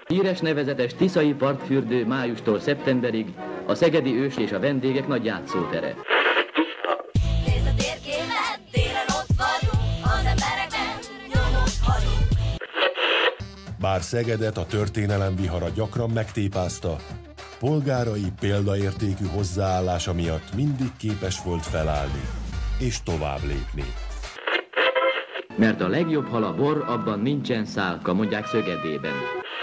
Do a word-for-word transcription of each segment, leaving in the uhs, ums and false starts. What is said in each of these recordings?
Híres nevezetes tiszai partfürdő májustól szeptemberig a szegedi ős és a vendégek nagy játszótere. Nézd a térképet, télen ott vagyunk, az embereknek nyomot hagyunk. Bár Szegedet a történelem vihara gyakran megtépázta, polgárai példaértékű hozzáállása miatt mindig képes volt felállni és tovább lépni. Mert a legjobb hal a bor, abban nincsen szálka, mondják Szögedében.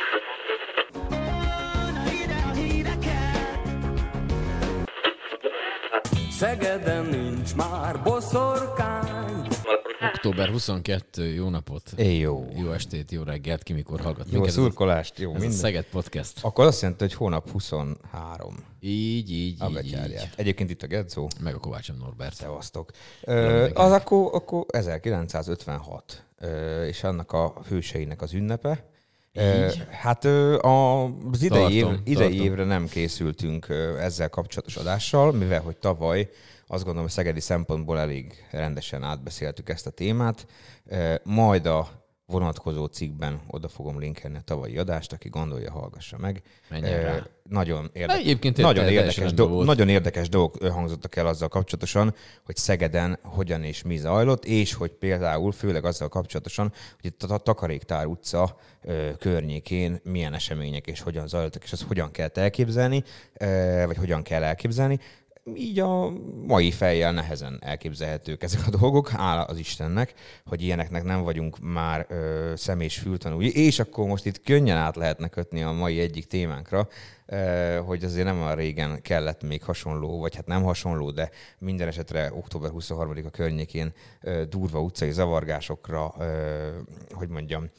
Szegeden nincs már boszorkány. október huszonkettő, jó napot. Éj, jó. Jó estét, jó reggelt, ki mikor hallgat. Jó szurkolást, jó ez minden. Ez a Szeged Podcast. Akkor azt jelenti, hogy hónap huszonhárom. Így, így, a így, betyárját. így. Egyébként itt a Gedzó. Meg a Kovácsom Norbert. Szevasztok. Ö, az akkor, akkor ezerkilencszázötvenhat, ö, és annak a hőseinek az ünnepe. Ö, hát ö, az idei, év, Tartom, idei tartom. évre nem készültünk ö, ezzel kapcsolatos adással, mivel hogy tavaly azt gondolom, hogy szegedi szempontból elég rendesen átbeszéltük ezt a témát. Ö, majd a vonatkozó cikkben oda fogom linkelni a tavalyi adást, aki gondolja, hallgassa meg. Menjen rá. Nagyon, érdekes, Egyébként nagyon, teljesen érdekes rendben do- volt. nagyon érdekes dolgok hangzottak el azzal kapcsolatosan, hogy Szegeden hogyan és mi zajlott, és hogy például főleg azzal kapcsolatosan, hogy itt a Takaréktár utca ö, környékén milyen események és hogyan zajlottak, és azt hogyan kell elképzelni, ö, vagy hogyan kell elképzelni. Így a mai fejjel nehezen elképzelhetők ezek a dolgok, hála az Istennek, hogy ilyeneknek nem vagyunk már ö, szem- és fültanúi, és akkor most itt könnyen át lehetne kötni a mai egyik témánkra, ö, hogy azért nem olyan régen kellett még hasonló, vagy hát nem hasonló, de minden esetre október huszonharmadika környékén ö, durva utcai zavargásokra, ö, hogy mondjam,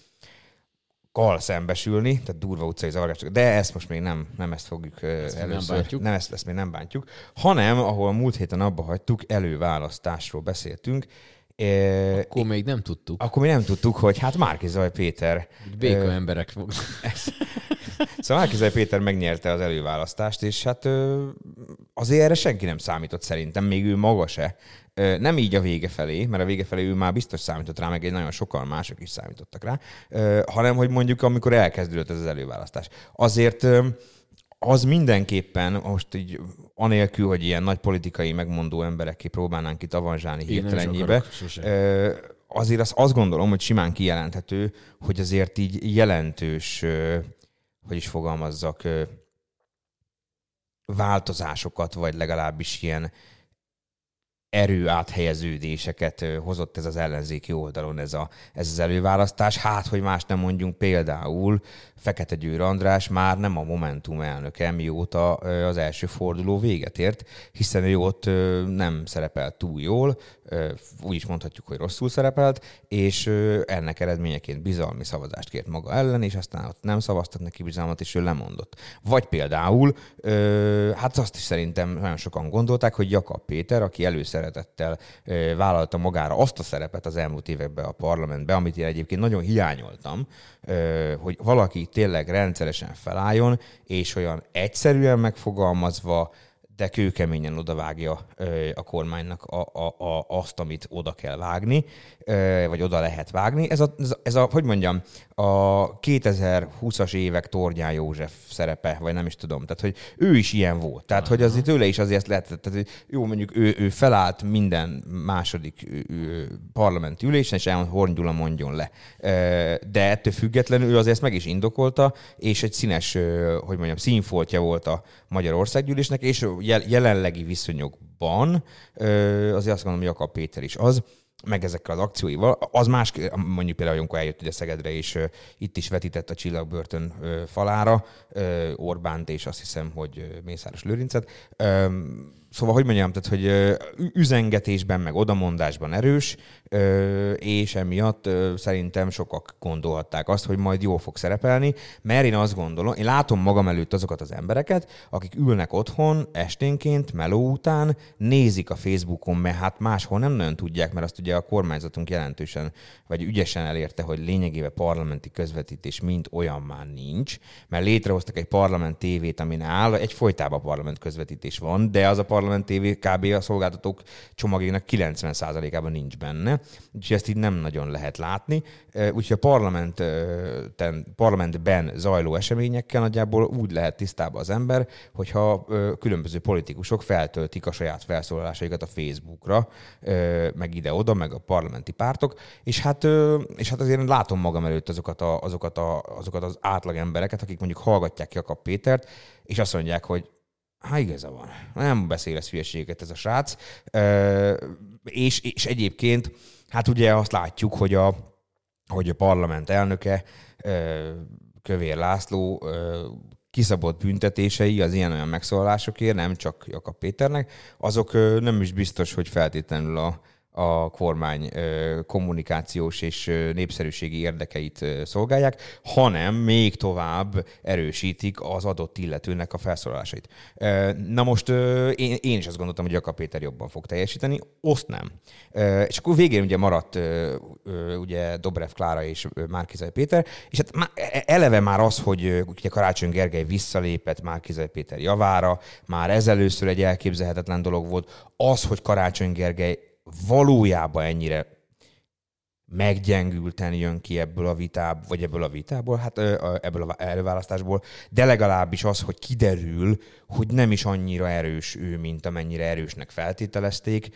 kal szembesülni, tehát durva utcai zavargások, de ezt most még nem, nem ezt fogjuk ezt először, nem bántjuk. nem ezt, ezt még nem bántjuk, hanem, ahol múlt héten abba hagytuk, előválasztásról beszéltünk. E, Akkor még nem tudtuk. akkor mi nem tudtuk, hogy hát Márki-Zay Péter... Béka ö, emberek fognak. Szóval Márki-Zay Péter megnyerte az előválasztást, és hát ö, azért erre senki nem számított szerintem, még ő maga se. Ö, nem így a vége felé, mert a vége felé ő már biztos számított rá, meg egy nagyon sokan mások is számítottak rá, ö, hanem hogy mondjuk amikor elkezdődött ez az előválasztás. Azért ö, az mindenképpen, most így anélkül, hogy ilyen nagy politikai megmondó emberekké próbálnánk itt avanzsálni hirtelenjébe, azért azt, azt gondolom, hogy simán kijelenthető, hogy azért így jelentős, hogy is fogalmazzak, változásokat, vagy legalábbis ilyen erő áthelyeződéseket hozott ez az ellenzéki oldalon ez, a, ez az előválasztás. Hát, hogy más nem mondjunk, például Fekete Győr András már nem a Momentum elnöke, mióta az első forduló véget ért, hiszen ő ott nem szerepelt túl jól, úgy is mondhatjuk, hogy rosszul szerepelt, és ennek eredményeként bizalmi szavazást kért maga ellen, és aztán ott nem szavaztak neki bizalmat, és ő lemondott. Vagy például, hát azt is szerintem nagyon sokan gondolták, hogy Jakab Péter, aki előszeretettel vállalta magára azt a szerepet az elmúlt években a parlamentben, amit én egyébként nagyon hiányoltam, hogy valaki tényleg rendszeresen felálljon, és olyan egyszerűen megfogalmazva, de kőkeményen odavágja a kormánynak a, a, a, azt, amit oda kell vágni, vagy oda lehet vágni. Ez a, ez a, ez a hogy mondjam, a kétezer-húszas évek Tornyán József szerepe, vagy nem is tudom. Tehát, hogy ő is ilyen volt. Tehát, uh-huh. hogy azért tőle is azért lehetett, tehát, hogy jó, mondjuk ő, ő felállt minden második ő, ő, parlamenti ülésen, és elmondta, Horn Gyula mondjon le. De ettől függetlenül ő azért ezt meg is indokolta, és egy színes, hogy mondjam, színfoltja volt a Magyar Országgyűlésnek, és jelenlegi viszonyokban azért azt mondom, hogy Jakab Péter is az, meg ezekkel az akcióival. Az más, mondjuk például, amikor eljött ugye Szegedre, és itt is vetített a Csillagbörtön falára Orbánt, és azt hiszem, hogy Mészáros Lőrincet. Szóval, hogy mondjam, tehát, hogy üzengetésben, meg odamondásban erős, és emiatt szerintem sokak gondolhatták azt, hogy majd jól fog szerepelni, mert én azt gondolom, én látom magam előtt azokat az embereket, akik ülnek otthon esténként, meló után, nézik a Facebookon, mert hát máshol nem nagyon tudják, mert azt ugye a kormányzatunk jelentősen, vagy ügyesen elérte, hogy lényegében parlamenti közvetítés mint olyan már nincs, mert létrehoztak egy parlament tévét, amin áll, egyfolytában parlament közvetítés van, de az a parlament Parlament té vé kb. A szolgáltatók csomagjának kilencven százalékában nincs benne, úgyhogy ezt így nem nagyon lehet látni. Úgyhogy a parlamenten, parlamentben zajló eseményekkel nagyjából úgy lehet tisztában az ember, hogyha különböző politikusok feltöltik a saját felszólalásaikat a Facebookra, meg ide-oda, meg a parlamenti pártok, és hát, és hát azért látom magam előtt azokat, a, azokat, a, azokat az átlag embereket, akik mondjuk hallgatják Jakab Pétert, és azt mondják, hogy hát igaza van, nem beszél ez hülyeséget ez a srác, és, és egyébként hát ugye azt látjuk, hogy a, hogy a parlament elnöke, Kövér László kiszabott büntetései az ilyen-olyan megszólalásokért, nem csak Jakab Péternek, azok nem is biztos, hogy feltétlenül a, a kormány kommunikációs és népszerűségi érdekeit szolgálják, hanem még tovább erősítik az adott illetőnek a felszólalásait. Na most én, én is azt gondoltam, hogy Jakab Péter jobban fog teljesíteni, azt nem. És akkor végén ugye maradt ugye Dobrev Klára és Márki-Zay Péter, és hát eleve már az, hogy ugye Karácsony Gergely visszalépett Márki-Zay Péter javára, már ez először egy elképzelhetetlen dolog volt, az, hogy Karácsony Gergely valójában ennyire meggyengülten jön ki ebből a vitából, vagy ebből a vitából, hát ebből az előválasztásból, de legalábbis az, hogy kiderül, hogy nem is annyira erős ő, mint amennyire erősnek feltételezték.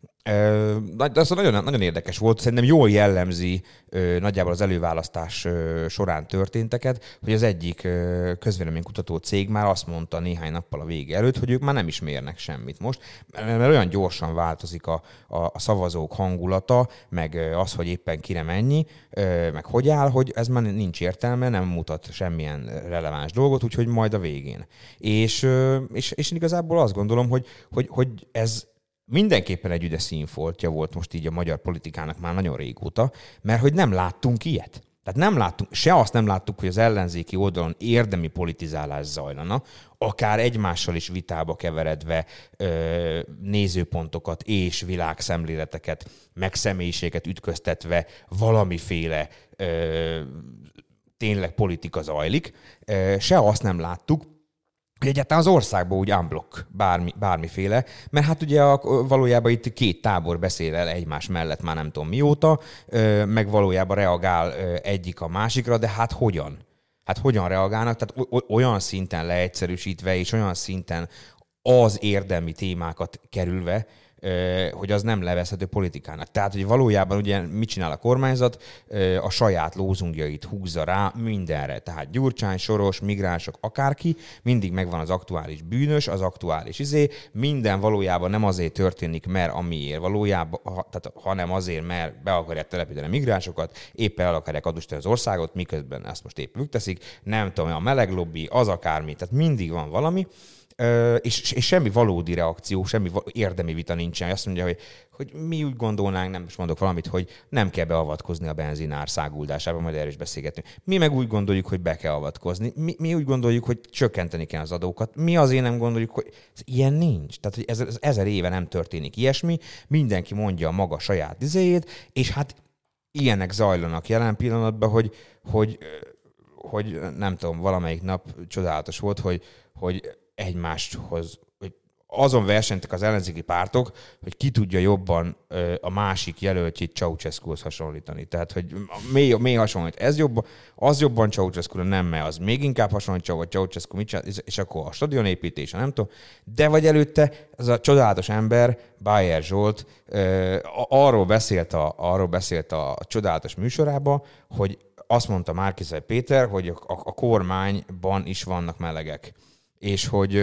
De az nagyon, nagyon érdekes volt, szerintem jól jellemzi nagyjából az előválasztás során történteket, hogy az egyik közvéleménykutató cég már azt mondta néhány nappal a vége előtt, hogy ők már nem is mérnek semmit most, mert olyan gyorsan változik a, a, a szavazók hangulata, meg az, hogy éppen kire mennyi, meg hogy áll, hogy ez már nincs értelme, nem mutat semmilyen releváns dolgot, úgyhogy majd a végén. És, és, és igazából azt gondolom, hogy, hogy, hogy ez mindenképpen egy üde színfoltja volt most így a magyar politikának már nagyon régóta, mert hogy nem láttunk ilyet. Tehát nem láttunk, se azt nem láttuk, hogy az ellenzéki oldalon érdemi politizálás zajlana, akár egymással is vitába keveredve ö, nézőpontokat és világszemléleteket, meg személyiséget ütköztetve valamiféle ö, tényleg politika zajlik. Ö, se azt nem láttuk, hogy egyáltalán az országban úgy unblock bármi, bármiféle, mert hát ugye a, valójában itt két tábor beszél el egymás mellett már nem tudom mióta, meg valójában reagál egyik a másikra, de hát hogyan? Hát hogyan reagálnak? Tehát olyan szinten leegyszerűsítve, és olyan szinten az érdemi témákat kerülve, hogy az nem levezhető politikának. Tehát, hogy valójában ugye mit csinál a kormányzat? A saját lózungjait húzza rá mindenre. Tehát Gyurcsány, Soros, migránsok, akárki, mindig megvan az aktuális bűnös, az aktuális izé, minden valójában nem azért történik, mert amiért valójában, tehát, hanem azért, mert be akarják telepíteni a migránsokat, éppen el akarják adósítani az országot, miközben ezt most épp ők teszik, nem tudom, a meleg lobby, az akármi, tehát mindig van valami, Uh, és, és semmi valódi reakció, semmi érdemi vita nincsen. Azt mondja, hogy, hogy mi úgy gondolnánk, nem is mondok valamit, hogy nem kell beavatkozni a benzinár száguldásába, majd erről is beszélgetünk. Mi meg úgy gondoljuk, hogy be kell avatkozni. Mi, mi úgy gondoljuk, hogy csökkenteni kell az adókat. Mi azért nem gondoljuk, hogy ez ilyen nincs. Tehát, hogy ez, ez ezer éve nem történik ilyesmi. Mindenki mondja a maga saját izéjét, és hát ilyenek zajlanak jelen pillanatban, hogy, hogy, hogy nem tudom, valamelyik nap csodálatos volt, hogy, hogy egymáshoz, hogy azon versenytek az ellenzéki pártok, hogy ki tudja jobban a másik jelöltjét Ceausescuhoz hasonlítani. Tehát, hogy mély, mély hasonlít. Ez jobb, az jobban Ceausescu, nem, mert az még inkább hasonlít, vagy Ceausescu mit csinál, és akkor a stadionépítése, nem tudom. De vagy előtte ez a csodálatos ember, Bayer Zsolt, arról beszélt a, arról beszélt a csodálatos műsorában, hogy azt mondta Márki-Zay Péter, hogy a, a, a kormányban is vannak melegek. És hogy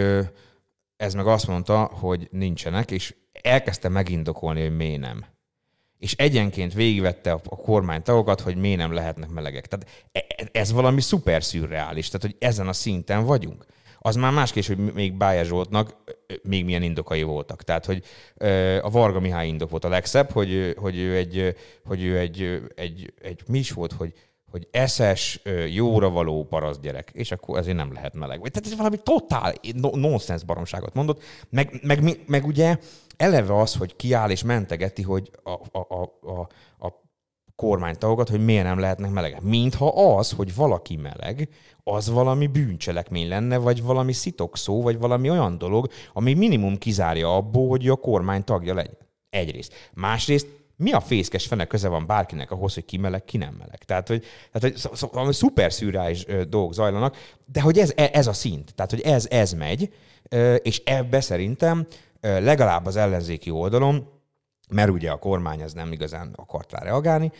ez meg azt mondta, hogy nincsenek, és elkezdte megindokolni, hogy miért nem. És egyenként végigvette a kormánytagokat, hogy miért nem lehetnek melegek. Tehát ez valami szuper szürreális, tehát hogy ezen a szinten vagyunk. Az már másképp, hogy még Bayer Zsoltnak még milyen indokai voltak. Tehát, hogy a Varga Mihály indok volt a legszebb, hogy, hogy ő egy, hogy ő egy, egy, egy mi is volt, hogy hogy eszes, jóra való parasztgyerek, és akkor ezért nem lehet meleg. Tehát ez valami totál nonsense baromságot mondott, meg, meg, meg ugye eleve az, hogy kiáll és mentegeti, hogy a, a, a, a kormánytagokat, hogy miért nem lehetnek melegek. Mintha az, hogy valaki meleg, az valami bűncselekmény lenne, vagy valami szitokszó, vagy valami olyan dolog, ami minimum kizárja abból, hogy a kormány tagja legyen. Egyrészt. Másrészt, mi a fészkes fene köze van bárkinek ahhoz, hogy ki meleg, ki nem meleg. Tehát, hogy, tehát, hogy szóval szuper szürreális dolgok zajlanak, de hogy ez, ez a szint, tehát, hogy ez, ez megy, és ebbe szerintem legalább az ellenzéki oldalon, mert ugye a kormány az nem igazán akart rá reagálni,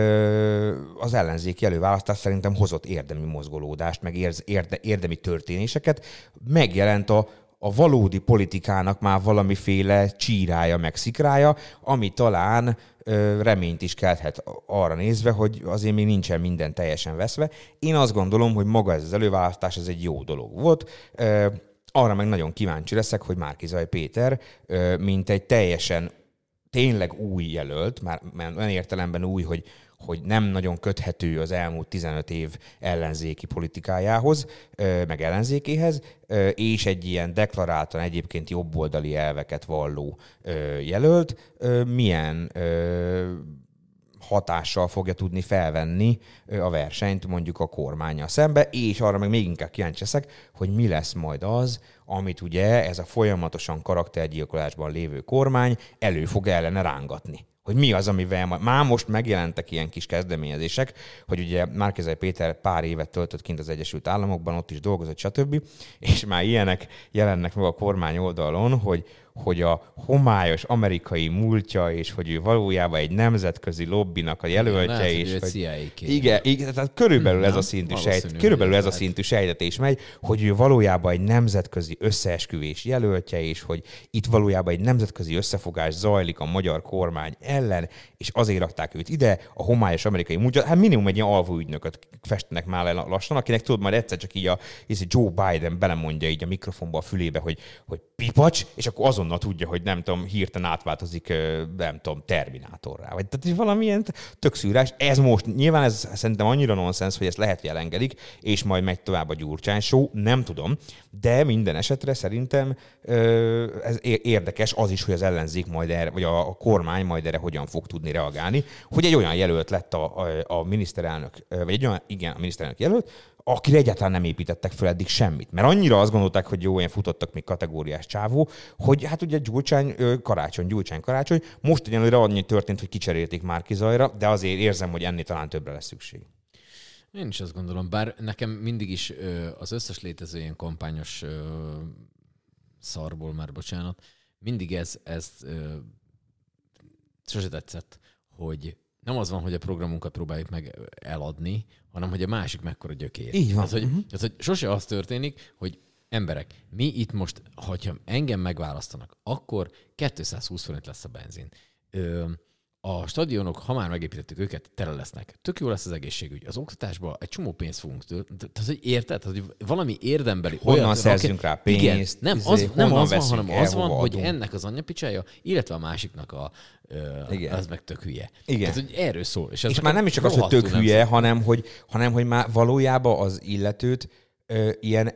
az ellenzéki előválasztás szerintem hozott érdemi mozgolódást, meg érde, érdemi történéseket, megjelent a, a valódi politikának már valamiféle csírája, meg szikrája, ami talán reményt is kelthet arra nézve, hogy azért még nincsen minden teljesen veszve. Én azt gondolom, hogy maga ez az előválasztás, ez egy jó dolog volt. Arra meg nagyon kíváncsi leszek, hogy Márki-Zay Péter, mint egy teljesen tényleg új jelölt, már, már olyan értelemben új, hogy, hogy nem nagyon köthető az elmúlt tizenöt év ellenzéki politikájához, meg ellenzékéhez, és egy ilyen deklaráltan egyébként jobboldali elveket valló jelölt, milyen hatással fogja tudni felvenni a versenyt mondjuk a kormánnyal szembe, és arra meg még inkább kíváncsi leszek, hogy mi lesz majd az, amit ugye ez a folyamatosan karaktergyilkolásban lévő kormány elő fog ellene rángatni. Hogy mi az, amivel majd... Már most megjelentek ilyen kis kezdeményezések, hogy ugye Márki-Zay Péter pár évet töltött kint az Egyesült Államokban, ott is dolgozott, stb. És már ilyenek jelennek meg a kormány oldalon, hogy hogy a homályos amerikai múltja, és hogy ő valójában egy nemzetközi lobbinak a jelöltje, lehet, és hogy hogy... C I A Igen, igen, tehát körülbelül hmm, ez a szintű sejt, valószínű, körülbelül ez a lehet. szintű sejtetés megy, hogy ő valójában egy nemzetközi összeesküvés jelöltje, és hogy itt valójában egy nemzetközi összefogás zajlik a magyar kormány ellen, és azért rakták őt ide, a homályos amerikai múltja, hát minimum egy ilyen alvó ügynököt festenek már le lassan, akinek tudod, majd egyszer csak így a Joe Biden belemondja így a mikrofonba a fülébe, hogy, hogy pipacs, és akkor azonnal tudja, hogy nem tudom, hirtelen átváltozik, nem tudom, Terminátorrá. Vagy tehát valamilyen tök szűrás. Ez most, nyilván ez szerintem annyira nonsens, hogy ezt lehet, hogy elengedik, és majd megy tovább a Gyurcsány show, nem tudom, de minden esetre szerintem ez érdekes az is, hogy az ellenzék majd erre, vagy a kormány majd erre hogyan fog tudni reagálni, hogy egy olyan jelölt lett a, a, a miniszterelnök, vagy egy olyan, igen, a miniszterelnök jelölt, akire egyáltalán nem építettek fel eddig semmit. Mert annyira azt gondolták, hogy jó, ilyen futottak még kategóriás csávó, hogy hát ugye Gyurcsány, Karácsony, Gyurcsány, Karácsony, most ugyanúgy annyi történt, hogy kicserélték Márki-Zayra, de azért érzem, hogy ennél talán többre lesz szükség. Én is azt gondolom, bár nekem mindig is az összes létező ilyen kampányos szarból, már bocsánat, mindig ez, ez sose tetszett, hogy nem az van, hogy a programunkat próbáljuk meg eladni, hanem hogy a másik mekkora gyökér. Így van. Tehát, hogy, tehát, hogy sose az történik, hogy emberek, mi itt most, ha engem megválasztanak, akkor kétszázhúsz forint lesz a benzin. Ö, a stadionok, ha már megépítettük őket, tele lesznek. Tök jó lesz az egészségügy. Az oktatásba egy csomó pénzt fogunk tőle. Tehát, hogy érted? Tehát, hogy valami érdembeli... Honnan olyat, szerzünk aki, rá pénzt? Igen, nem az, nem az van, hanem el, az van, hogy adunk. ennek az anyapicsája, illetve a másiknak a... Igen. Az meg tök hülye. Igen. Tehát, hogy erről szól. És, és már nem is csak az, hogy tök hülye, hanem hogy, hanem hogy már valójában az illetőt ö, ilyen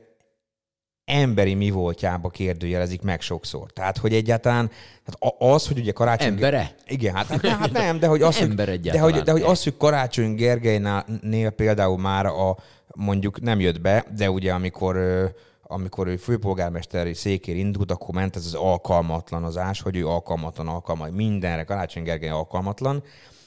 emberi mi voltjába kérdőjelezik meg sokszor. Tehát, hogy egyáltalán tehát az, hogy ugye Karácsony... Embere? Igen, hát, hát nem, de hogy az, hogy, de hogy, de hogy, az, hogy Karácsony Gergelynél például már a, mondjuk nem jött be, de ugye amikor... amikor ő főpolgármesteri székére indult, akkor ment ez az alkalmatlanozás, hogy ő alkalmatlan, alkalmatlan, mindenre Karácsony Gergely alkalmatlan.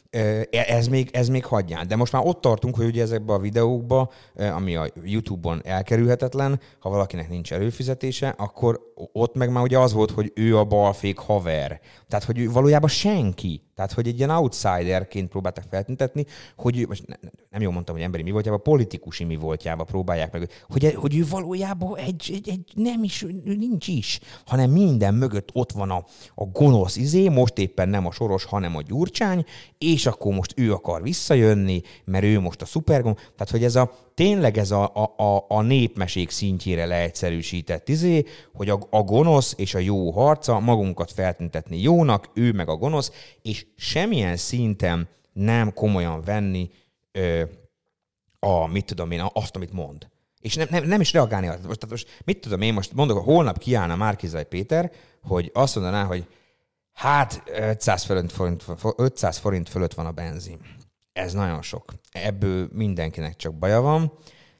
Ez még, ez még hagyján. De most már ott tartunk, hogy ugye ezekben a videókban, ami a YouTube-on elkerülhetetlen, ha valakinek nincs előfizetése, akkor ott meg már ugye az volt, hogy ő a balfék haver. Tehát, hogy ő valójában senki. Tehát, hogy egy ilyen outsiderként próbálták feltüntetni, hogy ő, most nem jól mondtam, hogy emberi mi voltjában, politikusi mi voltjában próbálják meg, hogy, hogy ő valójában egy, egy, egy nem is, nincs is, hanem minden mögött ott van a, a gonosz izé, most éppen nem a Soros, hanem a Gyurcsány, és akkor most ő akar visszajönni, mert ő most a szupergon. Tehát, hogy ez a tényleg ez a, a, a, a népmesék szintjére leegyszerűsített izé, hogy a, a gonosz és a jó harca, magunkat feltüntetni jónak, ő meg a gonosz, és semmilyen szinten nem komolyan venni ö, a, mit tudom én, azt, amit mond. És nem, nem, nem is reagálni. Most, tehát most mit tudom én, most mondok, hogy holnap kiállna Márki-Zay Péter, hogy azt mondaná, hogy hát ötszáz forint, ötszáz forint fölött van a benzin. Ez nagyon sok. Ebből mindenkinek csak baja van.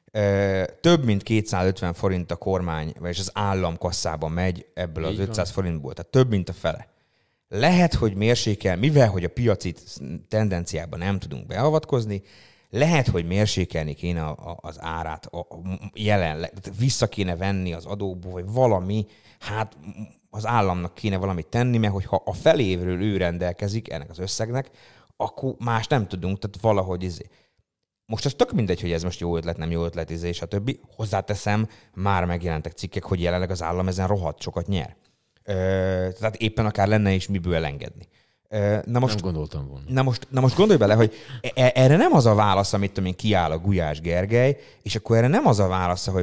Több mint kétszázötven forint a kormány, vagyis az állam kasszában megy ebből az ötszáz forintból. Tehát több, mint a fele. Lehet, hogy mérsékel, mivel hogy a piaci tendenciában nem tudunk beavatkozni, lehet, hogy mérsékelni kéne a, a, az árát a, a jelenleg, vissza kéne venni az adóból, vagy valami, hát az államnak kéne valamit tenni, mert hogyha a felévről ő rendelkezik ennek az összegnek, akkor más nem tudunk, tehát valahogy izé. Most az tök mindegy, hogy ez most jó ötlet, nem jó ötlet, izé, és a többi. Hozzáteszem, már megjelentek cikkek, hogy jelenleg az állam ezen rohadt sokat nyer. Ö, tehát éppen akár lenne is miből elengedni. Ö, na most, nem gondoltam volna. Na most, na most gondolj bele, hogy erre nem az a válasz, amit tudom én, kiáll a Gulyás Gergely, és akkor erre nem az a válasz, hogy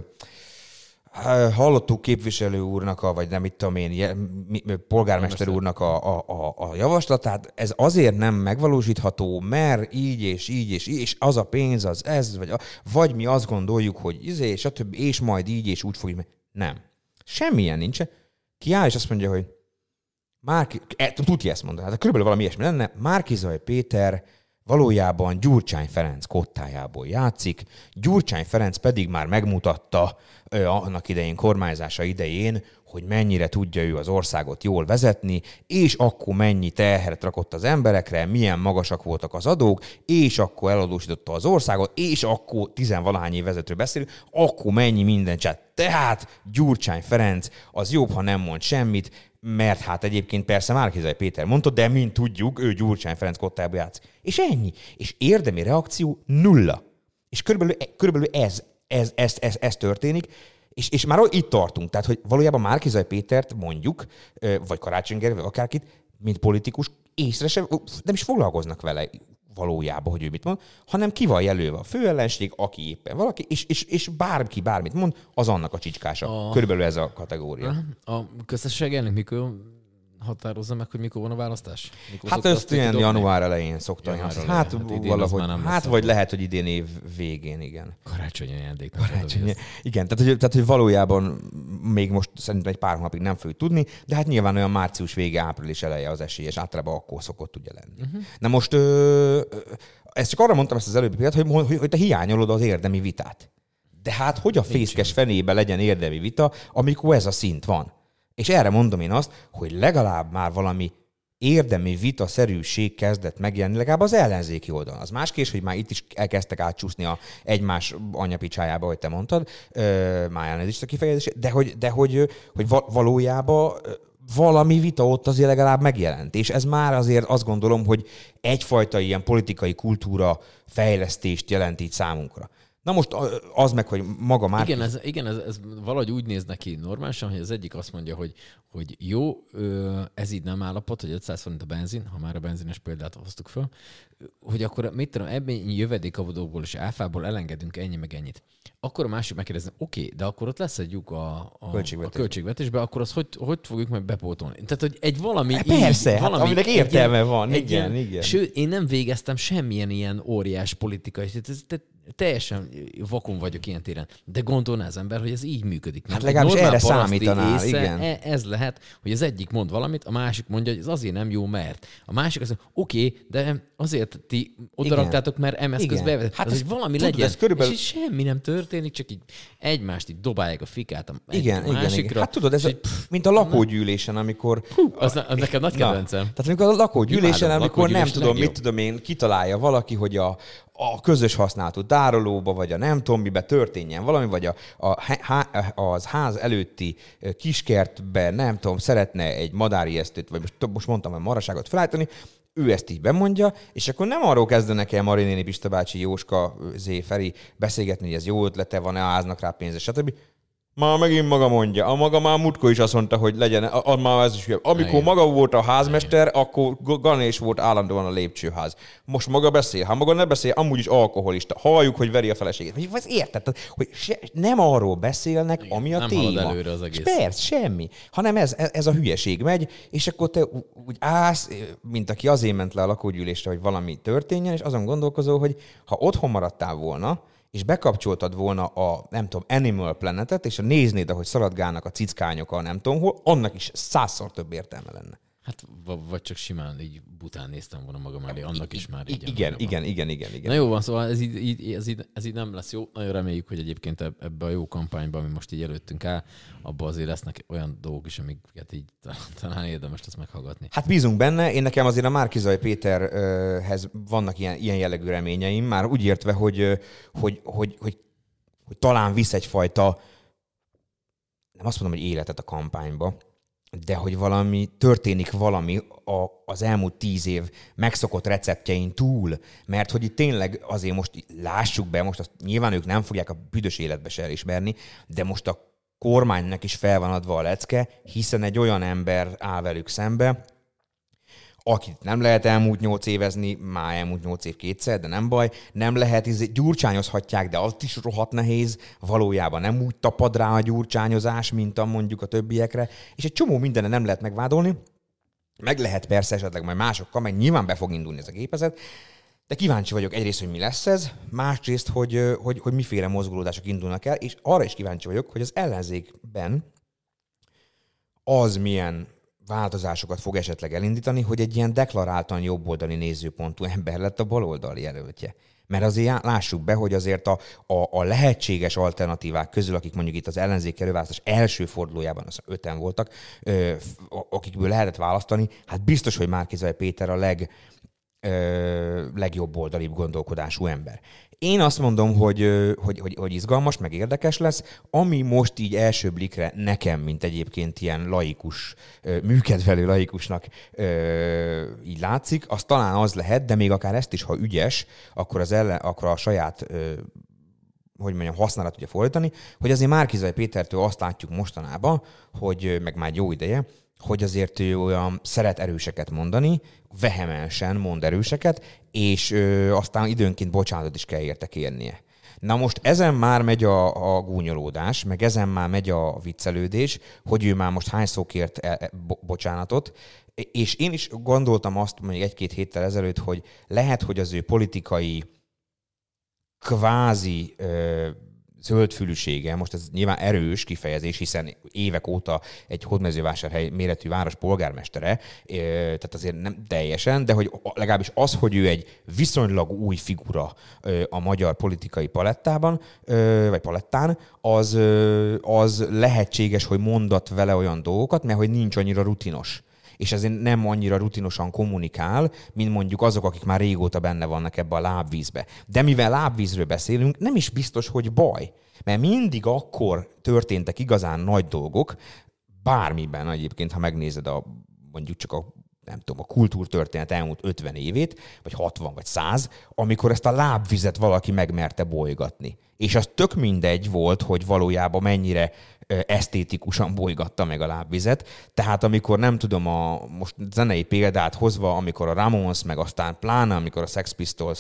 hallottuk képviselő úrnak, a, vagy nem itt tudom én, polgármester úrnak a, a, a, a javaslatát, ez azért nem megvalósítható, mert így és így és így, és az a pénz, az ez, vagy, a, vagy mi azt gondoljuk, hogy izé, és a többi, és majd így és úgy fogjuk. Nem. Semmilyen nincs. Kiáll és azt mondja, hogy Márki, tudja ezt mondani, hát körülbelül valami ilyesmi lenne, Márki-Zay Péter valójában Gyurcsány Ferenc kottájából játszik, Gyurcsány Ferenc pedig már megmutatta ö, annak idején, kormányzása idején, hogy mennyire tudja ő az országot jól vezetni, és akkor mennyi terhet rakott az emberekre, milyen magasak voltak az adók, és akkor eladósította az országot, és akkor tizenvalahány év vezetről beszélünk, akkor mennyi minden csát. Tehát Gyurcsány Ferenc az jobb, ha nem mond semmit, mert hát egyébként persze Márki-Zay Péter mondta, de mint tudjuk, ő Gyurcsány Ferenc kottájába játszik. És ennyi. És érdemi reakció nulla. És körülbelül, körülbelül ez, ez, ez, ez, ez történik, és, és már itt tartunk. Tehát, hogy valójában Márki-Zay Pétert mondjuk, vagy Karácsony Gergely, vagy akárkit, mint politikus, észre sem, nem is foglalkoznak vele valójában, hogy ő mit mond, hanem ki van jelölve a főellenség, aki éppen valaki, és, és, és bárki bármit mond, az annak a csicskása. A... Körülbelül ez a kategória. A köztársaság elnök mikor határozza meg, hogy mikor van a választás? Mikor hát ezt ilyen január elején szokta. Január Hát, elején. hát, Hát valahogy, hát vagy lehet, hogy idén év végén, igen. Karácsonyi ajándék. Karácsonyi. Igen, tehát hogy, tehát hogy valójában még most szerintem egy pár hónapig nem fogjuk tudni, de hát nyilván olyan március vége, április eleje az esélyes, általában akkor szokott ugye lenni. Uh-huh. Na most ö, ezt csak arra mondtam ezt az előbbi példát, hogy, hogy, hogy te hiányolod az érdemi vitát. De hát hogy a fészkes fenébe legyen érdemi vita, amikor ez a szint van? És erre mondom én azt, hogy legalább már valami érdemi vitaszerűség kezdett megjelenni, legalább az ellenzéki oldalon. Az más kérdés, hogy már itt is elkezdtek átcsúszni a egymás anyapicsájába, hogy te mondtad, már elnézést a kifejezés, de hogy, de hogy, hogy valójában valami vita ott azért legalább megjelent. És ez már azért azt gondolom, hogy egyfajta ilyen politikai kultúra fejlesztést jelent így számunkra. Na most az meg, hogy maga már... Igen, ez, igen ez, ez valahogy úgy néz neki normálisan, hogy az egyik azt mondja, hogy, hogy jó, ez így nem állapot, hogy ötszáz forint a benzin, ha már a benzines példát hoztuk föl, hogy akkor mit tudom, ebben jövedékadóból és áfából elengedünk ennyi meg ennyit. Akkor a másik megkérdezni, oké, okay, de akkor ott lesz egy lyuk a, a, Költségvetés. a költségvetésben, akkor azt hogy, hogy fogjuk meg bepótolni? Tehát, hogy egy valami... Hát persze, így, valami, hát, aminek értelme egy, van. Egy igen, ilyen, igen. Sőt, én nem végeztem semmilyen ilyen óriás politikai... Tehát teljesen vakon vagyok ilyen téren. De gondolná az ember, hogy ez így működik. Hát legalábbis erre számítanál, észre, igen. Ez lehet, hogy az egyik mond valamit, a másik mondja, hogy ez azért nem jó, mert. A másik azt mondja, oké, okay, de azért ti odaraktátok, mert em es közben bevezet. Hát ez, hogy valami tudod, legyen, körülbelül... és semmi nem történik, csak így egymást így dobálják a fikát a igen, a másikra. Igen, igen. Hát tudod, ez a, pff, mint a lakógyűlésen, amikor... Hú, az, az nekem nagy kedvencem. Tehát amikor a lakógyűlésen, amikor lakógyűlés nem tudom, legjobb. mit tudom én, kitalálja valaki, hogy a a közös használatú tárolóba, vagy a nem tudom mibe történjen valami, vagy a, a, a, az ház előtti kiskertbe, nem tudom, szeretne egy madárijesztőt, vagy most, most mondtam, hogy maraságot felállítani, ő ezt így bemondja, és akkor nem arról kezdenek el Mari néni, Pista bácsi, Jóska, Zé, Feri beszélgetni, hogy ez jó ötlete, van-e, háznak rá pénze, stb. Már megint maga mondja. A maga már múltkor is azt mondta, hogy legyen, a, a, már ez is hülye. Amikor igen. maga volt a házmester, igen. akkor Ganés volt állandóan a lépcsőház. Most maga beszél. Ha maga ne beszél, amúgy is alkoholista. Halljuk, hogy veri a feleségét. Vagy ez érted? Hogy se, nem arról beszélnek, igen, ami a nem téma. Nem halad előre az egész. Persze, semmi. Hanem ez, ez a hülyeség megy, és akkor te úgy állsz, mint aki azért ment le a lakógyűlésre, hogy valami történjen, és azon gondolkozol, hogy ha otthon maradtál volna, és bekapcsoltad volna a, nem tudom, Animal Planetet, és néznéd, ahogy szaladgálnak a cickányok a nem tudom hol, annak is százszor több értelme lenne. Hát vagy csak simán így bután néztem volna magam elé, annak is már így. Igen, igen, igen, igen, igen. Na jó van, szóval ez így, így, ez, így, ez így nem lesz jó. Nagyon reméljük, hogy egyébként ebbe a jó kampányban, ami most így előttünk áll, abban azért lesznek olyan dolgok is, amiket így talán érdemes lesz meghallgatni. Hát bízunk benne. Én nekem azért a Márki-Zay Péterhez vannak ilyen, ilyen jellegű reményeim, már úgy értve, hogy, hogy, hogy, hogy, hogy talán visz egyfajta, nem azt mondom, hogy életet a kampányba, de hogy valami, történik valami a, az elmúlt tíz év megszokott receptjein túl, mert hogy itt tényleg azért most lássuk be, most azt nyilván ők nem fogják a büdös életbe se elismerni, de most a kormánynak is fel van adva a lecke, hiszen egy olyan ember áll velük szembe, akit nem lehet elmúlt nyolc évezni, már elmúlt nyolc év kétszer, de nem baj, nem lehet, gyurcsányozhatják, de az is rohadt nehéz, valójában nem úgy tapad rá a gyurcsányozás, mint a mondjuk a többiekre, és egy csomó mindenne nem lehet megvádolni, meg lehet persze esetleg majd másokkal, meg nyilván be fog indulni ez a gépezet, de kíváncsi vagyok egyrészt, hogy mi lesz ez, másrészt, hogy, hogy, hogy miféle mozgolódások indulnak el, és arra is kíváncsi vagyok, hogy az ellenzékben az milyen változásokat fog esetleg elindítani, hogy egy ilyen deklaráltan jobboldali nézőpontú ember lett a baloldal jelöltje. Mert azért lássuk be, hogy azért a, a, a lehetséges alternatívák közül, akik mondjuk itt az ellenzék előválasztás első fordulójában, az öten voltak, ö, akikből lehetett választani, hát biztos, hogy Márki-Zay Péter a leg, ö, legjobb oldalibb gondolkodású ember. Én azt mondom, hogy, hogy, hogy, hogy izgalmas, meg érdekes lesz. Ami most így első blikre nekem, mint egyébként ilyen laikus, műkedvelő laikusnak így látszik, az talán az lehet, de még akár ezt is, ha ügyes, akkor, az ellen, akkor a saját hogy mondjam, használat tudja fordítani, hogy azért Márki-Zay Pétertől azt látjuk mostanában, hogy meg már jó ideje, hogy azért ő olyan szeret erőseket mondani, vehemensen mond erőseket, és ö, aztán időnként bocsánatot is kell érte kérnie. Na most ezen már megy a, a gúnyolódás, meg ezen már megy a viccelődés, hogy ő már most hányszor kért el, e, bo, bocsánatot, és én is gondoltam azt mondjuk egy-két héttel ezelőtt, hogy lehet, hogy az ő politikai kvázi ö, zöldfülűsége, most ez nyilván erős kifejezés, hiszen évek óta egy Hódmezővásárhely méretű város polgármestere, tehát azért nem teljesen, de hogy legalábbis az, hogy ő egy viszonylag új figura a magyar politikai palettában, vagy palettán, az, az lehetséges, hogy mondat vele olyan dolgokat, mert hogy nincs annyira rutinos. És ezért nem annyira rutinosan kommunikál, mint mondjuk azok, akik már régóta benne vannak ebbe a lábvízbe. De mivel lábvízről beszélünk, nem is biztos, hogy baj. Mert mindig akkor történtek igazán nagy dolgok, bármiben egyébként, ha megnézed a, mondjuk csak a nem tudom, a kultúrtörténet elmúlt ötven évét, vagy hatvan, vagy száz, amikor ezt a lábvizet valaki megmerte bolygatni. És az tök mindegy volt, hogy valójában mennyire esztétikusan bolygatta meg a lábvizet. Tehát amikor nem tudom, a most zenei példát hozva, amikor a Ramones, meg aztán pláne, amikor a Sex Pistols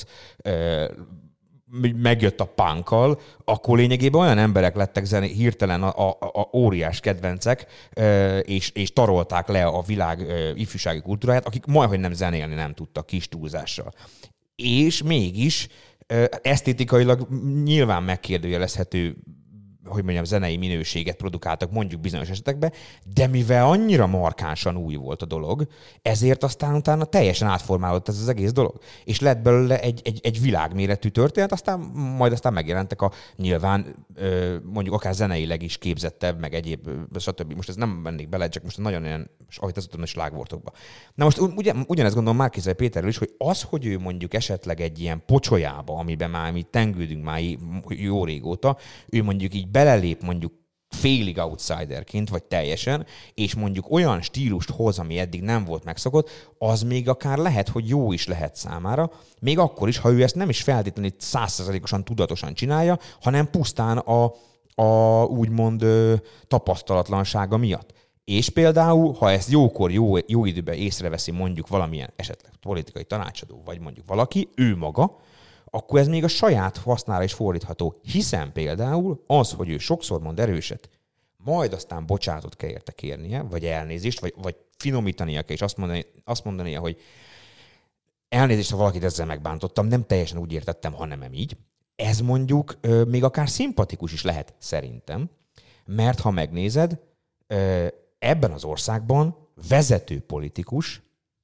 megjött a punkkal, akkor lényegében olyan emberek lettek zené, hirtelen a, a, a óriás kedvencek, és, és tarolták le a világ ifjúsági kultúráját, akik majdhogy nem zenélni nem tudtak kis túlzással. És mégis esztétikailag nyilván megkérdőjelezhető, hogy mondjam, zenei minőséget produkáltak mondjuk bizonyos esetekben, de mivel annyira markánsan új volt a dolog, ezért aztán utána teljesen átformálódott ez az egész dolog. És lett belőle egy, egy, egy világméretű történet, aztán majd aztán megjelentek a nyilván mondjuk akár zeneileg is képzettebb, meg egyéb, stb. Most ez nem mennék bele, csak most nagyon olyan, ahogy az utána slágvortokba. Na most ugyan, ugyanezt gondolom Márki-Zay Péterről is, hogy az, hogy ő mondjuk esetleg egy ilyen pocsolyába, amiben már mi tengődünk már jó régóta, ő mondjuk így belelép mondjuk félig outsiderként, vagy teljesen, és mondjuk olyan stílust hoz, ami eddig nem volt megszokott, az még akár lehet, hogy jó is lehet számára, még akkor is, ha ő ezt nem is feltétlenül száz százalékosan tudatosan csinálja, hanem pusztán a, a úgymond ö, tapasztalatlansága miatt. És például, ha ezt jókor, jó, jó időben észreveszi mondjuk valamilyen esetleg politikai tanácsadó, vagy mondjuk valaki, ő maga, akkor ez még a saját hasznára is fordítható. Hiszen például az, hogy ő sokszor mond erőset, majd aztán bocsánatot kell érte kérnie, vagy elnézést, vagy, vagy finomítania kell, és azt, mondani, azt mondania, hogy elnézést, ha valakit ezzel megbántottam, nem teljesen úgy értettem, hanem nem így. Ez mondjuk euh, még akár szimpatikus is lehet, szerintem, mert ha megnézed, euh, ebben az országban vezető politikus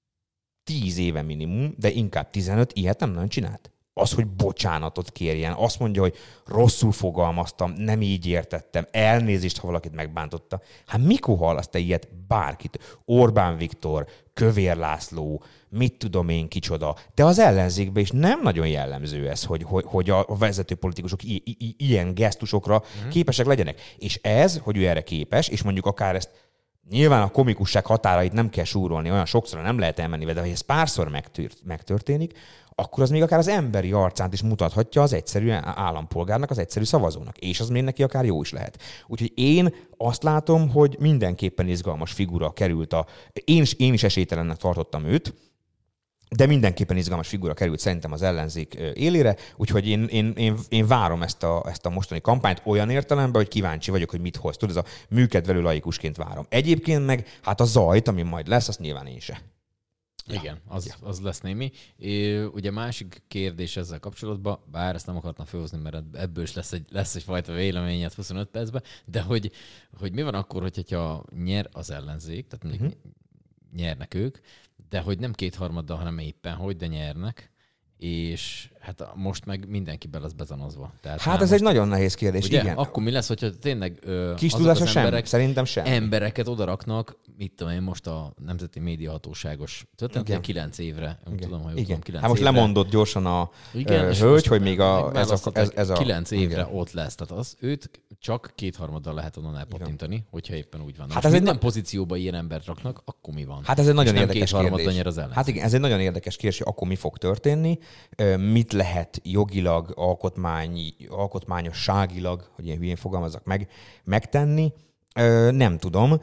tíz éve minimum, de inkább tizenöt ilyet nem nagyon csinált. Az, hogy bocsánatot kérjen, azt mondja, hogy rosszul fogalmaztam, nem így értettem, elnézést, ha valakit megbántotta. Hát mikor hallasz te ilyet bárkit? Orbán Viktor, Kövér László, mit tudom én kicsoda. De az ellenzékben is nem nagyon jellemző ez, hogy, hogy, hogy a vezető politikusok i- i- ilyen gesztusokra mm. képesek legyenek. És ez, hogy ő erre képes, és mondjuk akár ezt nyilván a komikusság határait nem kell súrolni, olyan sokszor nem lehet elmenni, de ha ez párszor megtört, megtörténik, akkor az még akár az emberi arcát is mutathatja az egyszerű állampolgárnak, az egyszerű szavazónak, és az még neki akár jó is lehet. Úgyhogy én azt látom, hogy mindenképpen izgalmas figura került a... Én is, én is esélytelennek tartottam őt, de mindenképpen izgalmas figura került szerintem az ellenzék élére, úgyhogy én, én, én, én várom ezt a, ezt a mostani kampányt olyan értelemben, hogy kíváncsi vagyok, hogy mit hoz. Tudod, ez a műkedvelő laikusként várom. Egyébként meg hát a zajt, ami majd lesz, azt nyilván én se. Igen, az, az lesz némi. É, ugye másik kérdés ezzel kapcsolatban, bár ezt nem akartam felhozni, mert ebből is lesz, egy, lesz egyfajta véleményed huszonöt percben, de hogy, hogy mi van akkor, hogyha nyer az ellenzék, tehát mondjuk uh-huh. nyernek ők, de hogy nem kétharmaddal, hanem éppen hogy, de nyernek, és hát most meg mindenki be lesz bezanozva. Tehát hát ez most, egy nagyon nehéz kérdés, ugye, igen. Akkor mi lesz, hogyha tényleg ö, kis azok az sem, emberek, szerintem sem. embereket odaraknak, mit tudom én, most a Nemzeti Médiahatóságos történet, kilenc évre, nem igen. tudom, ha jól tudom, kilenc Hát most évre. lemondott gyorsan a igen, ö, hölgy, hogy még a, ez, ez, a, ez, ez a... kilenc évre igen. ott lesz. Tehát az, őt csak kétharmaddal lehet onnan elpattintani, hogyha éppen úgy van. Hát most ez minden egy... pozícióban ilyen embert raknak, akkor mi van? Hát ez egy nagyon és érdekes kérdés. Nyer az hát igen, ez egy nagyon érdekes kérdés, hogy akkor mi fog történni, mit lehet jogilag, alkotmányi, alkotmányosságilag, hogy ilyen hülyén fogalmazzak meg, megtenni. Nem tudom.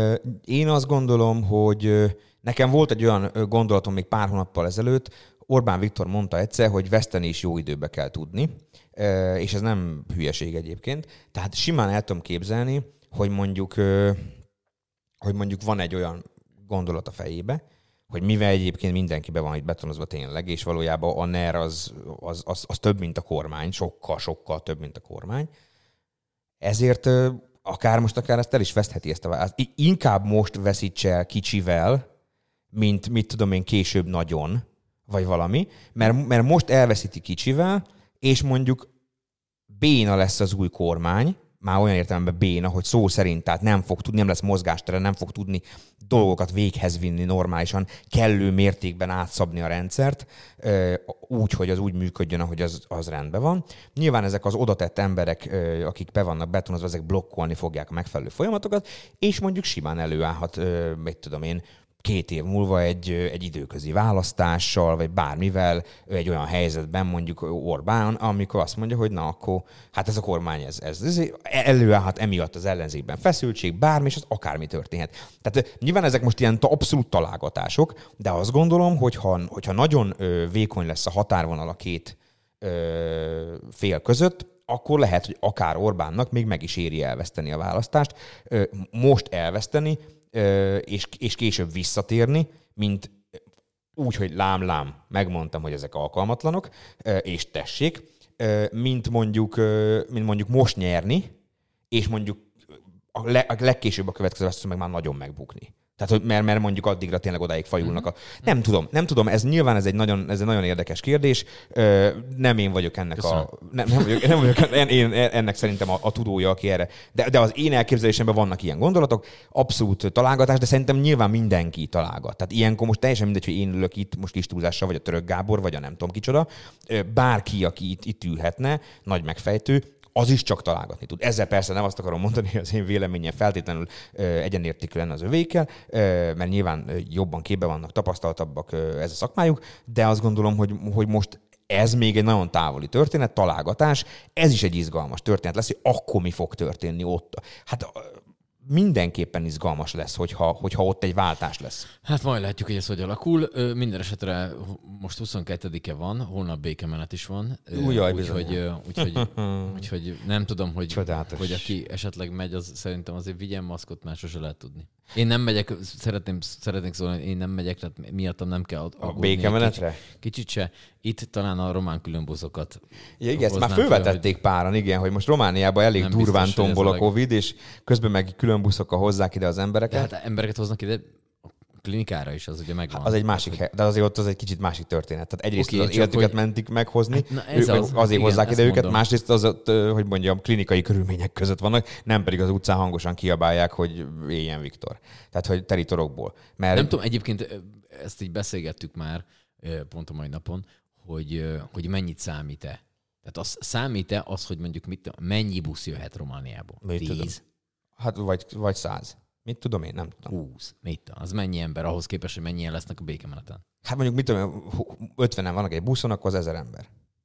Én azt gondolom, hogy nekem volt egy olyan gondolatom még pár hónappal ezelőtt, Orbán Viktor mondta egyszer, hogy veszteni is jó időbe kell tudni, és ez nem hülyeség egyébként. Tehát simán el tudom képzelni, hogy mondjuk, hogy mondjuk van egy olyan gondolat a fejébe, hogy mivel egyébként mindenki be van itt betonozva tényleg, és valójában a NER az, az, az, az több, mint a kormány, sokkal, sokkal több, mint a kormány. Ezért akár most, akár ezt el is vesztheti ezt a választ. Inkább most veszítse el kicsivel, mint mit tudom én később nagyon, vagy valami, mert, mert most elveszíti kicsivel, és mondjuk béna lesz az új kormány, már olyan értelemben béna, hogy szó szerint, tehát nem fog tudni, nem lesz mozgástere, nem fog tudni dolgokat véghez vinni normálisan, kellő mértékben átszabni a rendszert, úgy, hogy az úgy működjön, ahogy az, az rendben van. Nyilván ezek az odatett emberek, akik be vannak betonozva, ezek blokkolni fogják a megfelelő folyamatokat, és mondjuk simán előállhat, mit tudom én, két év múlva egy, egy időközi választással, vagy bármivel egy olyan helyzetben mondjuk Orbán, amikor azt mondja, hogy na akkor, hát ez a kormány, ez, ez, ez előállhat emiatt az ellenzékben feszültség, bármi, és az akármi történhet. Tehát nyilván ezek most ilyen abszolút találgatások, de azt gondolom, hogyha, hogyha nagyon vékony lesz a határvonal a két ö, fél között, akkor lehet, hogy akár Orbánnak még meg is éri elveszteni a választást. Most elveszteni, és, és később visszatérni, mint úgy, hogy lám-lám, megmondtam, hogy ezek alkalmatlanok, és tessék, mint mondjuk, mint mondjuk most nyerni, és mondjuk a, le, a legkésőbb a következő választáson meg már nagyon megbukni. Tehát, hogy mert, mert mondjuk addigra tényleg odáig fajulnak a... Nem tudom, nem tudom, ez nyilván ez egy nagyon, ez egy nagyon érdekes kérdés. Nem én vagyok ennek Köszönöm. a... Nem, nem, vagyok, nem vagyok én, ennek szerintem a, a tudója, aki erre... De, de az én elképzelésemben vannak ilyen gondolatok, abszolút találgatás, de szerintem nyilván mindenki találgat. Tehát ilyenkor most teljesen mindegy, hogy én ülök itt most kis túlzással, vagy a Török Gábor, vagy a nem tudom kicsoda. Bárki, aki itt, itt ülhetne, nagy megfejtő, az is csak találgatni tud. Ezzel persze nem azt akarom mondani, hogy az én véleményem feltétlenül egyenértékű lenne az övékkel, mert nyilván jobban képbe vannak, tapasztaltabbak ez a szakmájuk, de azt gondolom, hogy, hogy most ez még egy nagyon távoli történet, találgatás, ez is egy izgalmas történet lesz, hogy akkor mi fog történni ott. Hát mindenképpen izgalmas lesz, hogyha, hogyha ott egy váltás lesz. Hát majd látjuk, hogy ez hogy alakul. Minden esetre most huszonkettedike van, holnap békemenet is van. Újjaj, úgyhogy, úgyhogy, úgyhogy nem tudom, hogy, hogy aki esetleg megy, az szerintem azért vigyen maszkot, már sose lehet tudni. Én nem megyek, szeretném, szeretnék szólni, hogy én nem megyek, tehát miattam nem kell aggódni. A békemenetre? Kicsit, kicsit se. Itt talán a román különbuszokat. Ja, igen, ezt már fölvetették hogy... páran, igen, hogy most Romániában elég nem durván biztos, tombol a Covid, és közben meg különbuszokkal hozzák ide az embereket. De hát embereket hoznak ide, klinikára is, az ugye megvan. Az egy másik hely, de azért ott az egy kicsit másik történet. Tehát egyrészt Oké, az csak életüket hogy- mentik meghozni, Hát, na ez ő, az, azért igen, hozzák ezt ide őket, mondom. másrészt az ott, ö, hogy mondjam, klinikai körülmények között vannak, nem pedig az utcán hangosan kiabálják, hogy éljen Viktor. Tehát, hogy teli torokból. Mert Nem tudom, egyébként ö, ezt így beszélgettük már ö, pont a mai napon, hogy, ö, hogy mennyit számít-e. Tehát az, számít-e az, hogy mondjuk mit, mennyi busz jöhet Romániából? Mit tudom. Tíz? hát vagy, vagy száz. Mit tudom én, nem tudom. Húsz? Mit tudom? Az mennyi ember ahhoz képest, hogy mennyien lesznek a békemeneten? Hát mondjuk, mit tudom, ötvenen vannak egy buszon, akkor az ezer ember.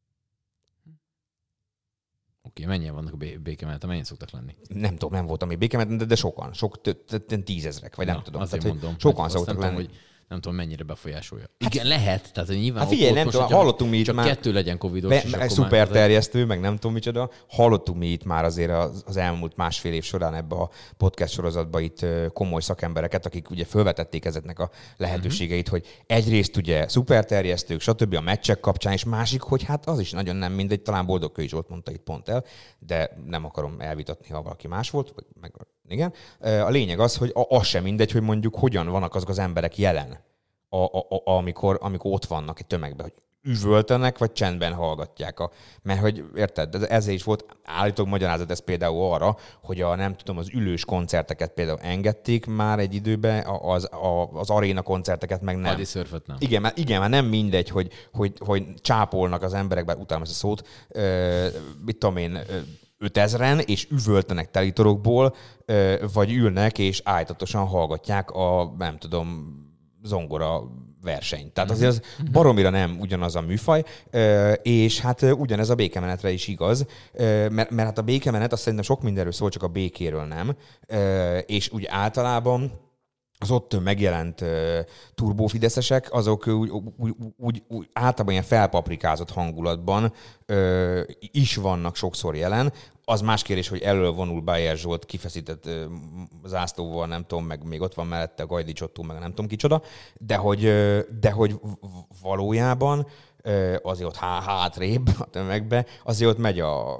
Oké, mennyien vannak a bé- békemeneten? Mennyien szoktak lenni? Nem tudom, nem voltam még békemeten, de, de sokan. Sok, tö- tö- tö- tízezrek, vagy nem Na, tudom. azért Tehát, hogy mondom, sokan hogy azt szoktak nem lenni. Tudom, hogy nem tudom, mennyire befolyásolja. Hát, igen, lehet. Tehát hogy nyilván Hát figyelj, ott nem most, tudom, hogyha hallottunk mi itt csak már- kettő legyen covidos, Be, és meg akkor szuper már- terjesztő, meg nem tudom micsoda. Hallottunk mi itt már azért az, az elmúlt másfél év során ebbe a podcast sorozatba itt ö, komoly szakembereket, akik ugye felvetették ezeknek a lehetőségeit, hogy egyrészt ugye szuper terjesztők, stb. A meccsek kapcsán, és másik, hogy hát az is nagyon nem mindegy, talán Boldog Kői Zsolt mondta itt pont el, de nem akarom elvitatni, ha valaki más volt, vagy meg igen. A lényeg az, hogy a- az sem mindegy, hogy mondjuk hogyan vannak azok az emberek jelen, a, a, a, amikor, amikor ott vannak egy tömegben, hogy üvöltenek, vagy csendben hallgatják. A, mert hogy érted, ez, ezért is volt állítólag magyarázat ez például arra, hogy a nem tudom, az ülős koncerteket például engedték már egy időben, az, a, az aréna koncerteket meg nem. Adi szörföt nem. Igen, már, igen, már nem mindegy, hogy, hogy, hogy csápolnak az emberek, bár utálom ezt a szót, ö, mit tudom én, ö, ötezren, és üvöltenek telitorokból, ö, vagy ülnek, és állítatosan hallgatják a, nem tudom, zongora versenyt. Tehát azért az baromira nem ugyanaz a műfaj, ö, és hát ö, ugyanez a békemenetre is igaz, ö, mert, mert hát a békemenet azt szerintem sok mindenről szól, csak a békéről nem, ö, és úgy általában az ott megjelent uh, turbófideszesek, azok úgy, úgy, úgy, úgy általában ilyen felpaprikázott hangulatban uh, is vannak sokszor jelen. Az más kérdés, hogy elől vonul Bayer Zsolt kifeszített uh, zászlóval, nem tudom, meg még ott van mellette a Gajdi Csottó, meg nem tudom kicsoda, de hogy, uh, de hogy valójában azért ott há- hátrébb a tömegbe, azért ott megy a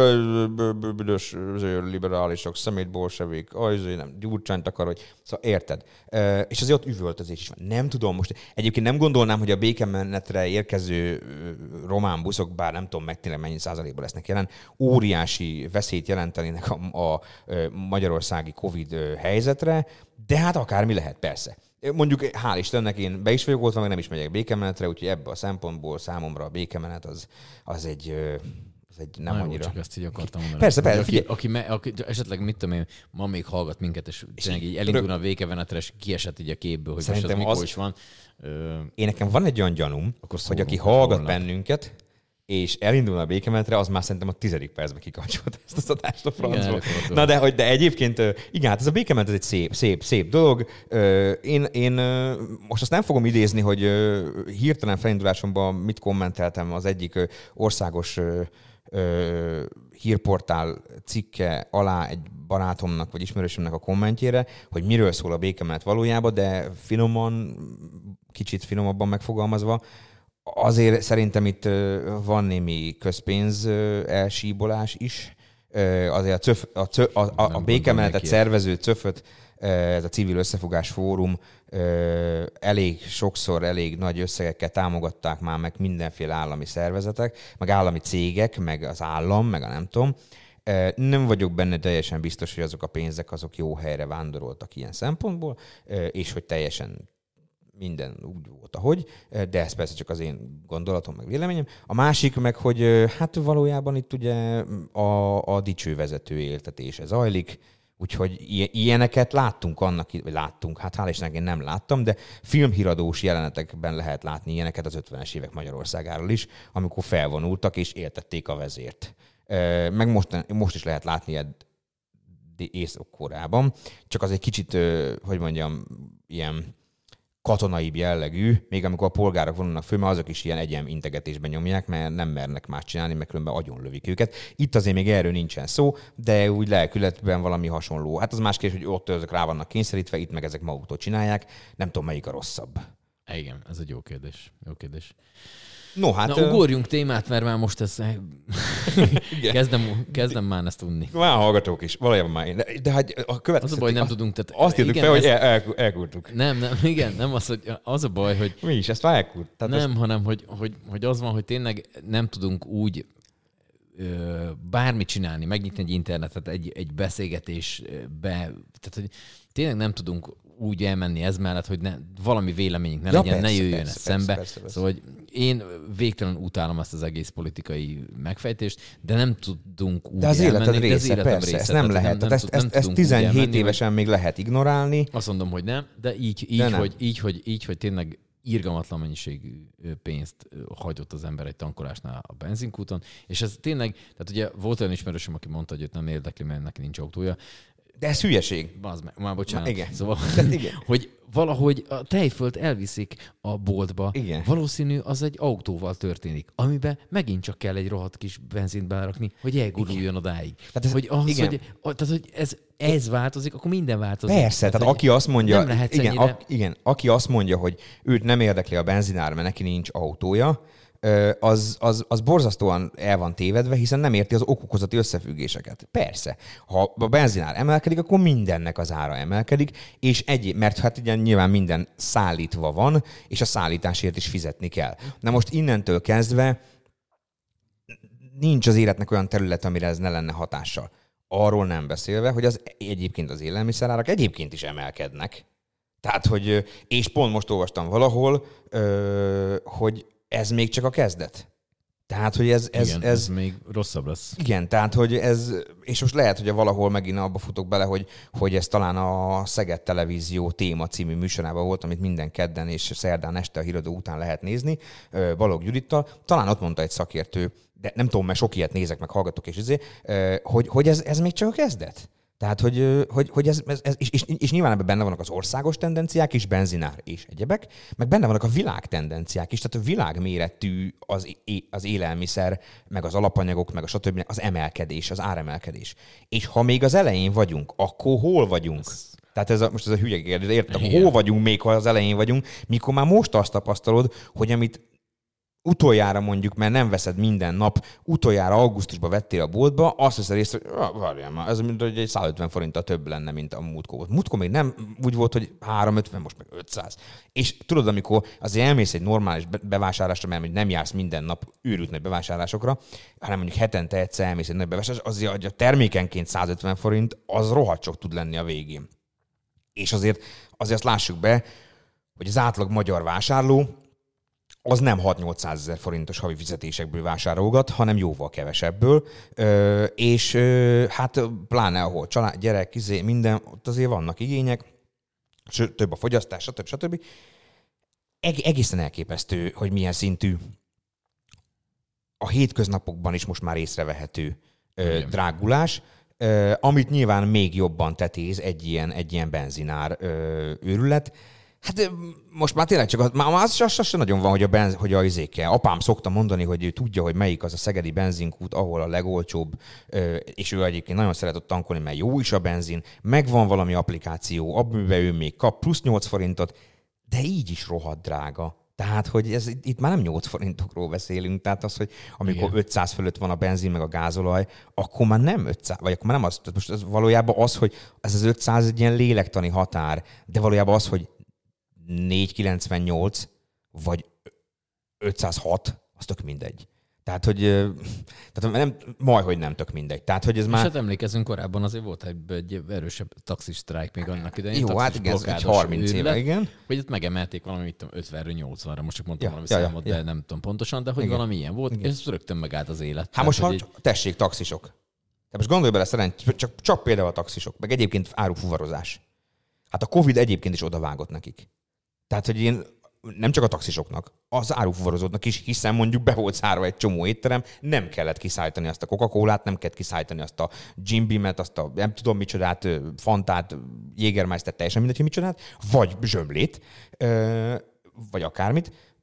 büdös liberálisok, szemét bolsevik, azért nem, Gyurcsányt akar, hogy... Szóval érted. És azért ott üvöltözés is van. Nem tudom, most egyébként nem gondolnám, hogy a békemenetre érkező román buszok, bár nem tudom meg tényleg mennyi százalékban lesznek jelen, óriási veszélyt jelentenének a, a magyarországi Covid helyzetre, de hát akármi lehet, persze. Mondjuk, hál' Istennek, én be is vagyok oltva, meg nem is megyek békemenetre, úgyhogy ebből a szempontból számomra a békemenet az, az egy, az egy nem Na annyira... jó, csak ezt így akartam mondani. Persze, Hogy persze, Aki, aki, me, aki, esetleg, mit tudom én, ma még hallgat minket, és tényleg így elindulna a békemenetre, és kiesett így a képből, hogy most Szerintem az mikor az- is van. Ö, Én nekem van egy olyan gyanúm, Akkor hogy aki szólunk hallgat holnap. bennünket, és elindulna a békemenetre, az már szerintem a tizedik percben kikapcsolta ezt az adást a francba. előfordul. Na de, hogy, de egyébként, ö, igen, hát ez a békemenet ez egy szép, szép, szép dolog. Ö, Én, én ö, most azt nem fogom idézni, hogy ö, hirtelen felindulásomban mit kommenteltem az egyik ö, országos ö, ö, hírportál cikke alá egy barátomnak vagy ismerősömnek a kommentjére, hogy miről szól a békemenet valójában, de finoman, kicsit finomabban megfogalmazva, azért szerintem itt ö, van némi közpénz ö, elsíbolás is. Ö, Azért a, cöf, a, cö, a, a, a Nem békemenetet gondolnék szervező cöföt, ö, ez a Civil Összefogás Fórum ö, elég sokszor, elég nagy összegekkel támogatták már meg mindenféle állami szervezetek, meg állami cégek, meg az állam, meg a nem tudom. Ö, Nem vagyok benne teljesen biztos, hogy azok a pénzek azok jó helyre vándoroltak ilyen szempontból, ö, és hogy teljesen minden úgy volt, ahogy, de ez persze csak az én gondolatom, meg véleményem. A másik meg, hogy hát valójában itt ugye a, a dicső vezető éltetése zajlik, úgyhogy ilyeneket láttunk annak, vagy láttunk, hát hál' Istennek én nem láttam, de filmhíradós jelenetekben lehet látni ilyeneket az ötvenes évek Magyarországáról is, amikor felvonultak és éltették a vezért. Meg most, most is lehet látni ilyet Észak-Koreában, csak az egy kicsit, hogy mondjam, ilyen katonaibb jellegű, még amikor a polgárok vonulnak föl, mert azok is ilyen egyem integetésben nyomják, mert nem mernek más csinálni, mert különben agyon lövik őket. Itt azért még erről nincsen szó, de úgy lelkületben valami hasonló. Hát az más kérdés, hogy ott ezek rá vannak kényszerítve, itt meg ezek maguktól csinálják. Nem tudom, melyik a rosszabb. igen, ez egy jó kérdés. Jó kérdés. No, hát... Na, ugorjunk témát, mert már most ez... kezdem, kezdem már ezt unni. Már hallgatók is, valójában már én. De, de hát a következő... Az a baj, nem azt, tudunk... Tehát, azt írtuk fel, hogy el, el, elkúrtuk. Nem, nem, igen, nem az, hogy az a baj, hogy... Mi is, ezt már elkúrt. Nem, ezt... hanem hogy, hogy, hogy az van, hogy tényleg nem tudunk úgy ö, bármit csinálni, megnyitni egy internetet, egy, egy beszélgetésbe, tehát hogy tényleg nem tudunk úgy elmenni ez mellett, hogy ne, valami véleményünk ne ja, legyen, persze, ne jöjjön persze, ez persze, szembe. Persze, persze. Szóval hogy én végtelen utálom ezt az egész politikai megfejtést, de nem tudunk úgy de az elmenni. életed része, az életem persze, része, ezt nem lehet. Nem, nem, ezt, ezt, ezt tizenhét elmenni, évesen még lehet ignorálni. Azt mondom, hogy nem, de így, így, de nem. Hogy, így, hogy, így hogy tényleg irgalmatlan mennyiségű pénzt hagyott az ember egy tankolásnál a benzinkúton, és ez tényleg, tehát ugye volt olyan ismerősöm, aki mondta, hogy őt nem érdekli, mert neki nincs autója. De ez hülyeség. Bazd meg, már bocsánat. Na, igen. Szóval, igen. hogy valahogy a tejfölt elviszik a boltba. Igen. Valószínű az egy autóval történik, amiben megint csak kell egy rohadt kis benzint belerakni, hogy elguruljon odáig. Tehát ez, hogy az, igen. Hogy, tehát, hogy ez, ez változik, akkor minden változik. Persze, tehát, tehát aki azt mondja, igen, ennyire... a, igen, aki azt mondja, hogy őt nem érdekli a benzinár, mert neki nincs autója, Az, az, az borzasztóan el van tévedve, hiszen nem érti az okokozati összefüggéseket. Persze, ha a benzinár emelkedik, akkor mindennek az ára emelkedik, és egy, mert hát ugye nyilván minden szállítva van, és a szállításért is fizetni kell. Na most innentől kezdve nincs az életnek olyan terület, amire ez ne lenne hatással. Arról nem beszélve, hogy az egyébként az élelmiszerárak egyébként is emelkednek. Tehát, hogy, és pont most olvastam valahol, hogy ez még csak a kezdet. Tehát, hogy ez... ez, igen, ez, ez még rosszabb lesz. Igen, tehát, hogy ez... És most lehet, hogy valahol megint abba futok bele, hogy, hogy ez talán a Szeged Televízió Téma című műsorában volt, amit minden kedden és szerdán este a híradó után lehet nézni, Balogh Judittal. Talán ott mondta egy szakértő, de nem tudom, mert sok ilyet nézek, meg hallgatok, és izé, hogy, hogy ez, ez még csak a kezdet. Tehát, hogy, hogy, hogy ez, ez, ez és, és, és nyilván ebben benne vannak az országos tendenciák is, benzinár és egyebek, meg benne vannak a világ tendenciák is, tehát a világméretű az, az élelmiszer, meg az alapanyagok, meg a stb. Az emelkedés, az áremelkedés. És ha még az elején vagyunk, akkor hol vagyunk? Ez... Tehát ez a, most ez a hülye kérdés, értem, igen. Hol vagyunk még, ha az elején vagyunk, mikor már most azt tapasztalod, hogy amit utoljára mondjuk, mert nem veszed minden nap, utoljára augusztusban vettél a boltba, azt veszed észre, hogy várjál már, ez mint hogy egy százötven forinttal több lenne, mint a múltkor volt. Múltkor még nem úgy volt, hogy háromszázötven, most meg ötszáz. És tudod, amikor azért elmész egy normális bevásárlásra, mert nem jársz minden nap őrült nagy bevásárlásokra, hanem mondjuk hetente egyszer elmész egy nagy bevásárlásra, azért, hogy a termékenként százötven forint, az rohadt sok tud lenni a végén. És azért, azért azt lássuk be, hogy az átlag magyar vásárló az nem hat-nyolcszázezer forintos havi fizetésekből vásárolgat, hanem jóval kevesebből, ö, és ö, hát pláne ahol család, gyerek, izé, minden, ott azért vannak igények, több a fogyasztás, stb. stb. Eg- egészen elképesztő, hogy milyen szintű a hétköznapokban is most már észrevehető ö, drágulás, ö, amit nyilván még jobban tetéz egy ilyen, egy ilyen benzinár ö, őrület. Hát most már tényleg csak az, már az, az, az sem nagyon van, hogy a, benz, hogy a izékkel. Apám szokta mondani, hogy ő tudja, hogy melyik az a szegedi benzinkút, ahol a legolcsóbb, és ő egyébként nagyon szeret ott tankolni, mert jó is a benzin, megvan valami applikáció, amiben ő még kap plusz nyolc forintot, de így is rohadt drága. Tehát, hogy ez, itt már nem nyolc forintokról beszélünk, tehát az, hogy amikor igen. ötszáz fölött van a benzin meg a gázolaj, akkor már nem ötszáz, vagy akkor már nem az, most az valójában az, hogy ez az ötszáz egy ilyen lélektani határ, de valójában az, hogy négyszázkilencvennyolc vagy ötszázhat, az tök mindegy. Tehát, hogy tehát nem, majdhogy nem tök mindegy. Tehát, hogy ez és már... hát emlékezünk, korábban azért volt egy, egy erősebb taxis sztrájk még annak idején. Jó, hát igen, ez harminc éve, igen. Hogy ott megemelték valami, mit tudom, ötvenről nyolcvanra, most csak mondtam ja, valami ja, számot, ja, de ja. nem tudom pontosan, de hogy igen. valami ilyen volt, igen. és rögtön megállt az élet. Hát tehát, most, ha így... tessék, taxisok. Tehát most gondolj bele, szerencs, csak, csak például a taxisok, meg egyébként árufuvarozás. Hát a Covid egyébként is odavágott nekik. Tehát, hogy én nem csak a taxisoknak, az árufuvarozóknak is, hiszen mondjuk be volt zárva egy csomó étterem, nem kellett kiszállítani azt a Coca-Colát, nem kellett kiszállítani azt a Jim Beam-et, azt a nem tudom micsodát, Fantát, Jägermeistert, teljesen mindegy, micsodát, vagy zsömlét, vagy akármit,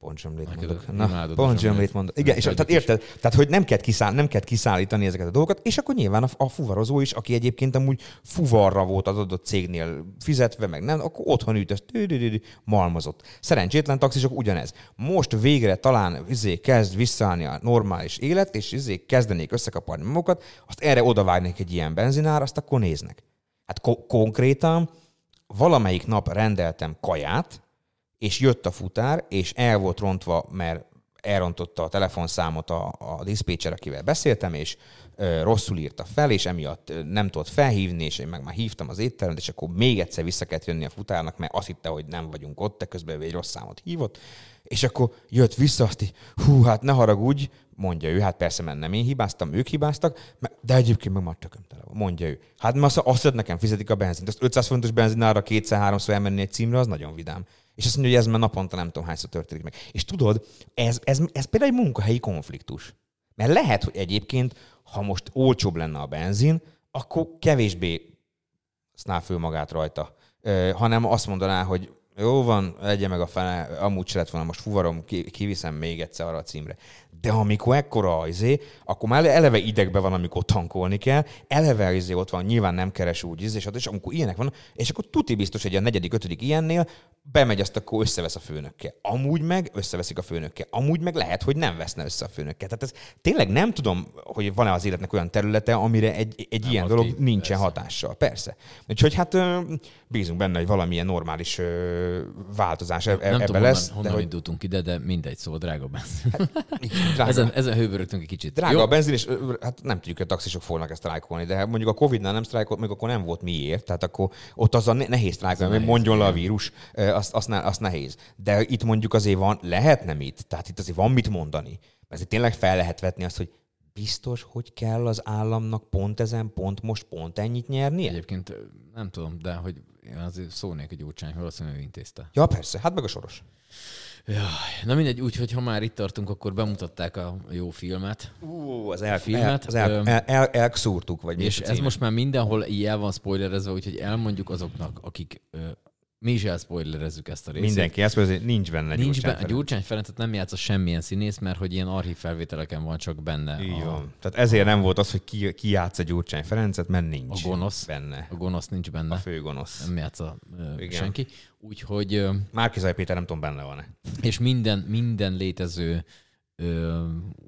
Pont zsömlét Neked mondok. a- Na, imádod a pont zsömlét. zsömlét mondok. Igen, és tehát érted? Tehát, hogy nem kell, kiszáll, nem kell kiszállítani ezeket a dolgokat, és akkor nyilván a, a fuvarozó is, aki egyébként amúgy fuvarra volt az adott cégnél fizetve, meg nem, akkor otthon ült, ezt malmozott. Szerencsétlen taxisok ugyanez. Most végre talán izé, kezd visszaállni a normális élet, és izé, kezdenék összekaparni magukat, azt erre odavágnék egy ilyen benzinár, azt akkor néznek. Hát ko- konkrétan valamelyik nap rendeltem kaját, és jött a futár, és el volt rontva, mert elrontotta a telefonszámot a, a diszpécser, akivel beszéltem, és ö, rosszul írta fel, és emiatt ö, nem tudott felhívni, és én meg már hívtam az éttermet, és akkor még egyszer vissza kellett jönni a futárnak, mert azt hitte, hogy nem vagyunk ott, de közben ő egy rossz számot hívott, és akkor jött vissza, azt így, hú, hát ne haragudj, mondja ő, hát persze, mert nem én hibáztam, ők hibáztak, de egyébként meg már tököm tele van, mondja ő. Hát mert azt, azt nekem fizetik a benzint, azt ötszáz fontos benzinára kétszer-háromszor elmenni egy címre, az nagyon vidám. És azt mondja, hogy ez már naponta nem tudom hányszor történik meg. És tudod, ez, ez, ez például egy munkahelyi konfliktus. Mert lehet, hogy egyébként, ha most olcsóbb lenne a benzin, akkor kevésbé használ föl magát rajta. Ö, hanem azt mondaná, hogy jó van, legyen meg a fele, amúgy se lett volna, most fuvarom, kiviszem még egyszer arra a címre. De amikor ekkora az izé, akkor már eleve idegbe van, amikor tankolni kell, eleve izé ott van, nyilván nem keres úgy izé, és amikor ilyenek van, és akkor tuti biztos, hogy a negyedik, ötödik ilyennél bemegy, azt akkor összevesz a főnökkel. Amúgy meg összeveszik a főnökkel. Amúgy meg lehet, hogy nem veszne össze a főnökkel. Tehát ez tényleg nem tudom, hogy van-e az életnek olyan területe, amire egy, egy ilyen aktív, dolog nincsen persze. hatással. Persze. Úgyhogy hát ö, bízunk benne, hogy valamilyen normális ö, változás e- Nem ebbe tudom, lesz. honnan, honnan hogy, indultunk ide, de mindegy, szóval drága benzin. drága, Ezen, ezen hőbörögtünk egy kicsit. drága Jó? a benzin, és ö, hát nem tudjuk, hogy a taxisok fognak ezt sztrájkolni, de mondjuk a Covidnál nem sztrájkolt, még akkor nem volt miért, tehát akkor ott az a ne- nehéz sztrájkolni, hogy nehéz, mondjon le a igen. vírus, ö, azt, azt, ne, azt nehéz. De itt mondjuk azért van, lehetne mit, tehát itt azért van mit mondani. Ezért tényleg fel lehet vetni azt, hogy biztos, hogy kell az államnak pont ezen, pont most, pont ennyit nyernie? Egyébként ö, nem tudom, de hogy én azért szólnék egy Gyurcsány, valószínűleg ő intézte. Ja, persze, hát meg a Soros. Jaj, na mindegy, úgyhogy ha már itt tartunk, akkor bemutatták a jó filmet. Ú, az el, Filmet, el, az el, ö, el, el, elkszúrtuk, vagy mi És a ez címe? most már mindenhol így el van spoilerezve, úgyhogy elmondjuk azoknak, akik ö, mi is elspoilerezzük ezt a részét. Mindenki ezt mondja, hogy nincs benne Nincs Gyurcsány benne, a Ferenc. Gyurcsány Ferencet nem játsza semmilyen színész, mert hogy ilyen archív felvételeken van csak benne Így a, van. Tehát ezért nem volt az, hogy ki, ki játsza Gyurcsány Ferencet, mert nincs a gonosz. benne. A gonosz nincs benne. A főgonosz. Nem játsza ö, Igen. senki. Úgyhogy, ö, Márki-Zay Péter nem tudom, benne van-e. és minden, minden létező ö,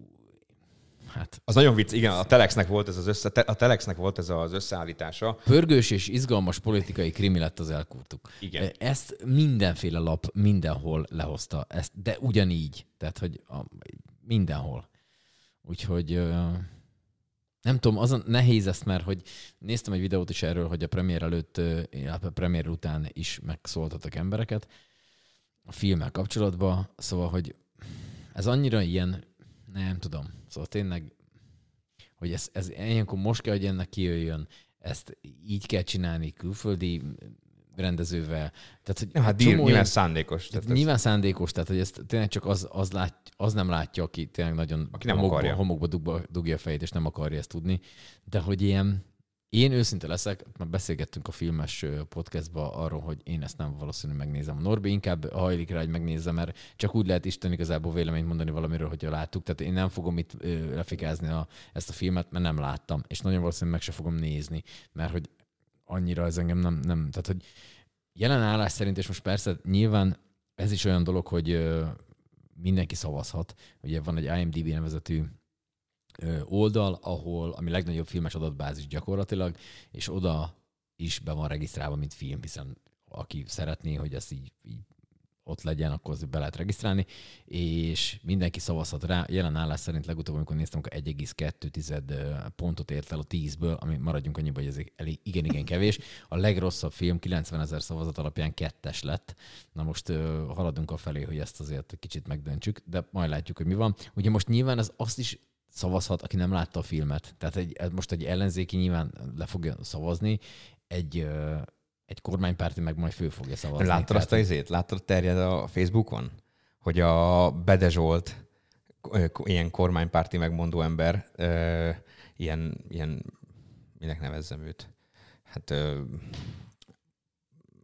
hát Az nagyon vicc, igen, a Telexnek volt ez az, össze, a Telexnek volt ez az összeállítása. pörgős és izgalmas politikai krimi lett, az elkurtuk. Igen. Ezt mindenféle lap mindenhol lehozta, ezt, de ugyanígy. Tehát, hogy a, mindenhol. Úgyhogy ö, nem tudom, azon nehéz ezt, mert hogy néztem egy videót is erről, hogy a premier előtt, ö, illetve a premier után is megszóltattak embereket a filmmel kapcsolatban, szóval, hogy ez annyira ilyen, nem tudom, szóval tényleg, hogy ez, ez ilyenkor most kell, hogy ennek kijöjjön, ezt így kell csinálni külföldi rendezővel. Tehát, hogy Ja, hát csomó nyilván ilyen- szándékos. tehát Tehát ez- nyilván szándékos, tehát hogy ezt tényleg csak az, az, lát, az nem látja, aki tényleg nagyon Aki nem homokba, akarja. homokba dugba, dugja a fejét, és nem akarja ezt tudni. De hogy ilyen, én őszinte leszek, már beszélgettünk a filmes ö, podcastban arról, hogy én ezt nem valószínűleg megnézem. A Norbi inkább hajlik rá, hogy megnézze, mert csak úgy lehet Isten igazából véleményt mondani valamiről, hogyha láttuk. Tehát én nem fogom itt ö, lefikázni a, ezt a filmet, mert nem láttam. És nagyon valószínűleg meg se fogom nézni, mert hogy annyira ez engem nem, nem tehát hogy jelen állás szerint, és most persze nyilván ez is olyan dolog, hogy ö, mindenki szavazhat. Ugye van egy IMDb nevezetű ö, oldal, ahol, ami legnagyobb filmes adatbázis gyakorlatilag, és oda is be van regisztrálva, mint film, hiszen aki szeretné, hogy ez így, így ott legyen, akkor azt be lehet regisztrálni, és mindenki szavazhat rá. Jelen állás szerint legutóbb, amikor néztem, akkor egy egész kettő pontot ért el a tízből, ami maradjunk annyiba, hogy ez elég igen-igen kevés. A legrosszabb film kilencvenezer szavazat alapján kettes lett. Na most uh, haladunk afelé, hogy ezt azért kicsit megdöntsük, de majd látjuk, hogy mi van. Ugye most nyilván ez azt is szavazhat, aki nem látta a filmet. Tehát egy, most egy ellenzéki nyilván le fogja szavazni, egy uh, egy kormánypárti meg majd fő fogja szavazni. Láttad azt a Tehát, izét? Láttad terjed a Facebookon? Hogy a Bede Zsolt, ö, ilyen kormánypárti megmondó ember, ö, ilyen, ilyen, minek nevezzem őt? Hát ö,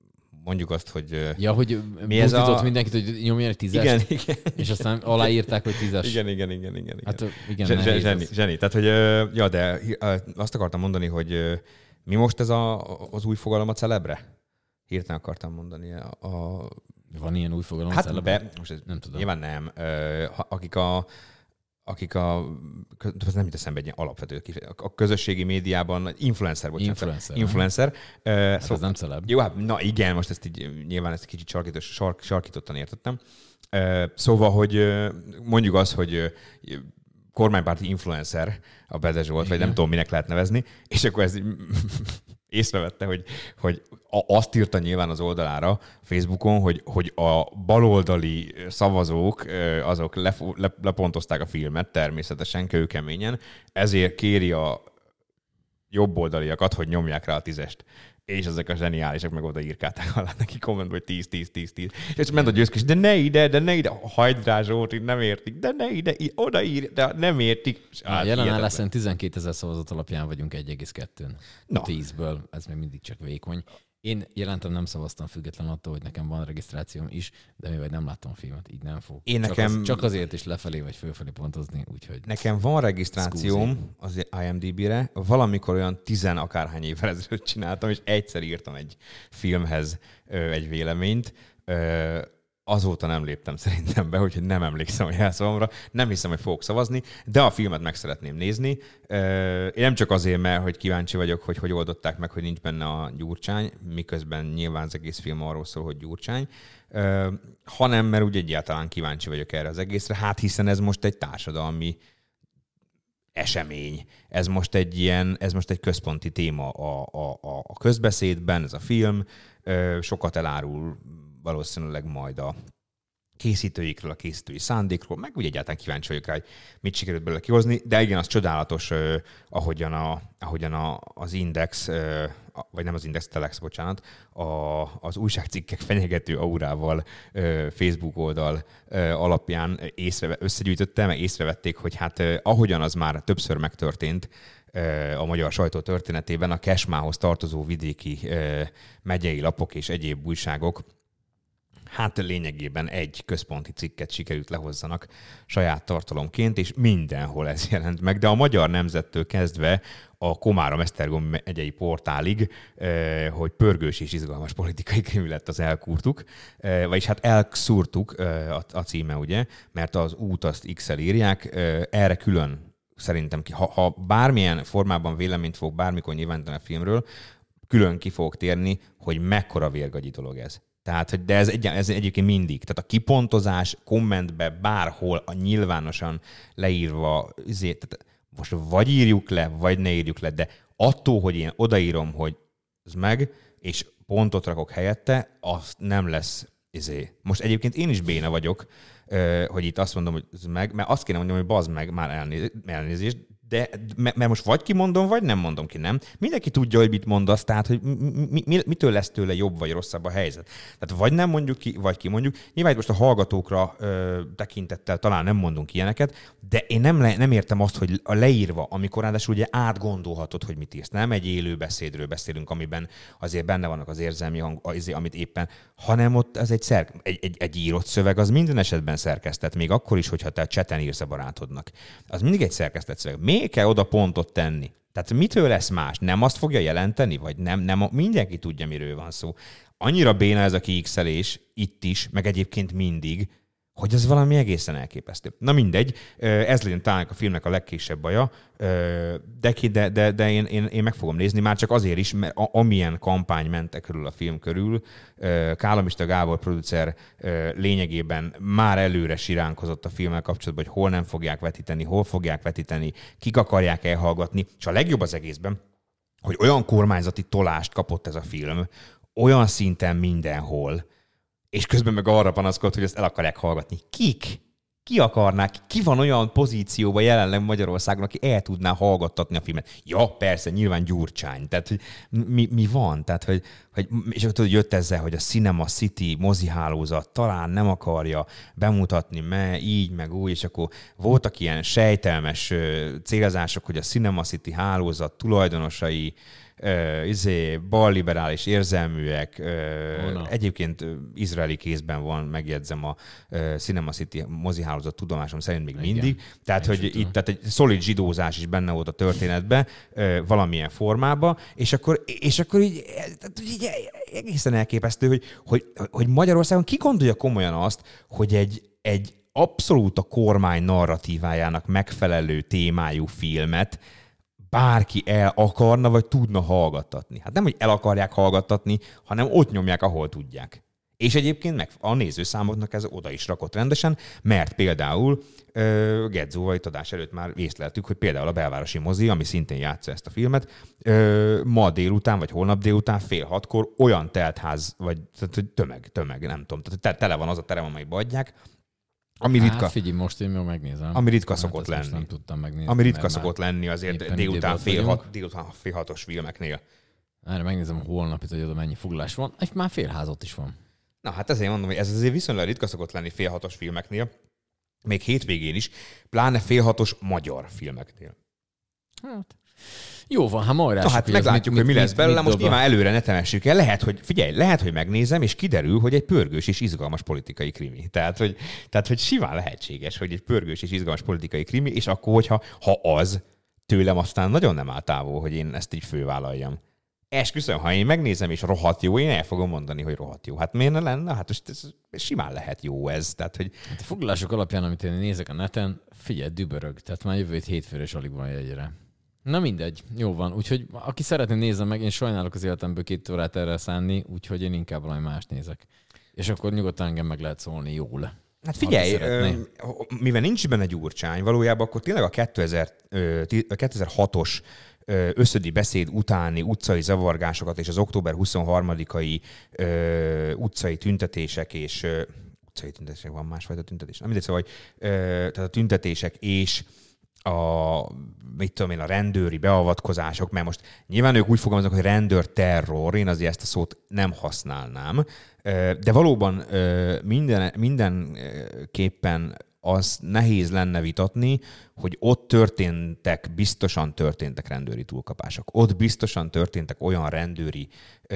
mondjuk azt, hogy... Ja, hogy mi ez a... mindenkit, hogy nyomjon egy tízest, igen, igen, és aztán aláírták, hogy tízes. Igen, igen, igen, igen. Hát igen, zseni, nehéz zseni, ez. zseni. Tehát, hogy ja, de azt akartam mondani, hogy mi most ez a, az új fogalom a celebre? Hirtelen akartam mondani. A, a... Van ilyen új fogalom a hát celebre? Be, most ez nem tudom. Nyilván nem. Akik a akik a, ez nem jut eszembe egy ilyen alapvető, a közösségi médiában, influencer, bocsánat. Influencer. Influencer. Hát szóval, ez nem celeb. Jó, hát na igen, most ezt így nyilván ezt kicsit sarkítos, sark, sarkítottan értettem. Szóval, hogy mondjuk az, hogy kormánypárti influencer a Bede Zsolt, vagy nem tudom, minek lehet nevezni, és akkor ez észrevette, hogy, hogy azt írta nyilván az oldalára Facebookon, hogy, hogy a baloldali szavazók azok lef- le- lepontozták a filmet természetesen, kőkeményen, ezért kéri a jobboldaliakat, hogy nyomják rá a tízest. És ezek a zseniálisak meg oda írkálták alá neki kommentbe, hogy tíz, tíz, tíz, tíz. És ment a győzkés, de ne ide, de ne ide, hagyd rá Zsolti, nem értik, de ne ide, oda ír, de nem értik. Hát, jelenállásán tizenkétezer szavazat alapján vagyunk egy egész kettőn. No. tízből, ez még mindig csak vékony. Én jelentem nem szavaztam független attól, hogy nekem van regisztrációm is, de mivel nem láttam a filmet, így nem fog. Én csak, nekem... az, csak azért is lefelé vagy fölfelé pontozni, úgyhogy... Nekem van regisztrációm az I M D B-re, valamikor olyan tizen akárhány évvel ezelőtt csináltam, és egyszer írtam egy filmhez ö, egy véleményt. Ö, azóta nem léptem szerintem be, úgyhogy nem emlékszem a jelszavamra. Nem hiszem, hogy fogok szavazni, de a filmet meg szeretném nézni. Én nem csak azért, mert hogy kíváncsi vagyok, hogy hogy oldották meg, hogy nincs benne a Gyurcsány, miközben nyilván az egész film arról szól, hogy Gyurcsány, hanem mert úgy egyáltalán kíváncsi vagyok erre az egészre. Hát hiszen ez most egy társadalmi esemény. Ez most egy ilyen, ez most egy központi téma a, a, a közbeszédben, ez a film. Sokat elárul valószínűleg majd a készítőikről, a készítői szándékról, meg úgy egyáltalán kíváncsi vagyok rá, hogy mit sikerült belőle kihozni, de igen, az csodálatos, eh, ahogyan, a, ahogyan a, az Index, eh, vagy nem az Index, Telex, bocsánat, a, az újságcikkek fenyegető aurával eh, Facebook oldal eh, alapján észre, összegyűjtötte, meg észrevették, hogy hát eh, ahogyan az már többször megtörtént, a magyar sajtó történetében a Kesmához tartozó vidéki megyei lapok és egyéb újságok hát lényegében egy központi cikket sikerült lehozzanak saját tartalomként, és mindenhol ez jelent meg. De a Magyar Nemzettől kezdve a Komárom-Esztergom megyei portálig, hogy pörgős és izgalmas politikai krimi lett, az elkúrtuk, vagyis hát elkszúrtuk a címe, ugye, mert az út azt X-el írják, erre külön szerintem, ha, ha bármilyen formában véleményt fog bármikor nyilvánítani a filmről, külön ki fogok térni, hogy mekkora vérgagyi dolog ez. Tehát, hogy de ez, egy, ez egyébként mindig. Tehát a kipontozás kommentbe bárhol a nyilvánosan leírva, ezért, tehát most vagy írjuk le, vagy ne írjuk le, de attól, hogy én odaírom, hogy ez meg, és pontot rakok helyette, az nem lesz ezért. Most egyébként én is béna vagyok, hogy itt azt mondom, hogy ez meg, mert azt kéne mondjam, hogy bazd meg, már elnéz, elnézést, de, mert most vagy kimondom, vagy nem mondom ki, nem? Mindenki tudja, hogy mit mondasz, tehát, hogy mi, mi, mitől lesz tőle jobb vagy rosszabb a helyzet. Tehát vagy nem mondjuk ki, vagy kimondjuk. Nyilván most a hallgatókra ö, tekintettel talán nem mondunk ilyeneket, de én nem, le, nem értem azt, hogy a leírva, amikor ráadásul ugye átgondolhatod, hogy mit írsz. Nem egy élő beszédről beszélünk, amiben azért benne vannak az érzelmi hang, azért, amit éppen, hanem ott ez egy, szerk, egy, egy, egy írott szöveg, az minden esetben szerkesztett, még akkor is, hogyha te a cseten írsz a barátodnak. Az mindig egy szerkesztett szöveg. Miért kell oda pontot tenni? Tehát mitől lesz más? Nem azt fogja jelenteni? Vagy nem? nem mindenki tudja, miről van szó. Annyira béna ez a kiixelés itt is, meg egyébként mindig, hogy ez valami egészen elképesztő. Na mindegy, ez legyen talán a filmnek a legkisebb baja, de, de, de, de én, én, én meg fogom nézni, már csak azért is, mert amilyen kampány ment körül a film körül, Kállamista Gábor producer lényegében már előre siránkozott a filmmel kapcsolatban, hogy hol nem fogják vetíteni, hol fogják vetíteni, kik akarják elhallgatni, és a legjobb az egészben, hogy olyan kormányzati tolást kapott ez a film, olyan szinten mindenhol, és közben meg arra panaszkodt, hogy ezt el akarják hallgatni. Kik? Ki akarnák? Ki van olyan pozícióban jelenleg Magyarországon, aki el tudná hallgattatni a filmet? Ja, persze, nyilván Gyurcsány. Tehát, hogy mi, mi van? Tehát, hogy, hogy, és akkor jött ezzel, hogy a Cinema City mozihálózat talán nem akarja bemutatni, mert így, meg úgy, és akkor voltak ilyen sejtelmes célzások, hogy a Cinema City hálózat tulajdonosai uh, izé, balliberális érzelműek, Oh, uh, no. egyébként uh, izraeli kézben van, megjegyzem a uh, Cinema City mozihálózat tudomásom szerint még Igen. mindig. Tehát, Én hogy sem itt tehát egy szolid zsidózás is benne volt a történetben, uh, valamilyen formában, és akkor, és akkor így, tehát így egészen elképesztő, hogy, hogy, hogy Magyarországon ki gondolja komolyan azt, hogy egy, egy abszolút a kormány narratívájának megfelelő témájú filmet bárki el akarna, vagy tudna hallgattatni. Hát nem, hogy el akarják hallgattatni, hanem ott nyomják, ahol tudják. És egyébként meg a nézőszámoknak ez oda is rakott rendesen, mert például uh, Gedzóval itt adás előtt már észleltük, hogy például a Belvárosi Mozi, ami szintén játsza ezt a filmet, uh, ma délután, vagy holnap délután fél hatkor olyan teltház, vagy tehát, hogy tömeg, tömeg, nem tudom, tehát tele van az a terem, amelyikbe adják, ami ritka, Hát figyelj, most én még megnézem. ami ritka Hát szokott ezt most lenni. Nem tudtam megnézni. Ami ritka mert szokott már lenni azért éppen délután időben fél, vagyunk. hat, délután fél hatos filmeknél. Erre megnézem holnap, itt, hogy oda mennyi foglalás van. És már félházat is van. Na hát ezért mondom, hogy ez azért viszonylag ritka szokott lenni fél hatos filmeknél, még hétvégén is, pláne fél hatos magyar filmeknél. Hát, jó van, hát majd Na hát meglátjuk, hogy mi lesz belőle, most dob a- nyilván előre ne temessük el. Lehet, hogy figyelj, lehet, hogy megnézem, és kiderül, hogy egy pörgős és izgalmas politikai krimi. Tehát, hogy, tehát, hogy simán lehetséges, hogy egy pörgős és izgalmas politikai krimi, és akkor, hogyha ha az, tőlem aztán nagyon nem áll távol, hogy én ezt így fővállaljam. Esküszöm, ha én megnézem, és rohadt jó, én el fogom mondani, hogy rohadt jó. Hát miért ne lenne? Hát most ez, ez simán lehet jó ez. Tehát, hogy Hát a foglalások alapján, amit én nézek a neten, figyelj, dübörög. Tehát már jövő hét hétfőre is alig van jegyre. Na mindegy, jó van. Úgyhogy aki szeretné, nézze meg, én sajnálok az életemből két órát erre szánni, úgyhogy én inkább valami mást nézek. És akkor nyugodtan engem meg lehet szólni jól. Hát figyelj, Aki szeretné. ö, mivel nincs benne gyurcsány, valójában akkor tényleg a kétezer, ö, ti- kétezer-hatos ö, összödi beszéd utáni utcai zavargásokat és az október huszonharmadikai ö, utcai tüntetések és ö, utcai tüntetések, van másfajta tüntetés. Nem mindegy, szóval, hogy, ö, tehát a tüntetések és a, mit tudom én, a rendőri beavatkozások, mert most nyilván ők úgy fogalmaznak, hogy rendőr terror, én azért ezt a szót nem használnám, de valóban minden, mindenképpen az nehéz lenne vitatni, hogy ott történtek, biztosan történtek rendőri túlkapások. Ott biztosan történtek olyan rendőri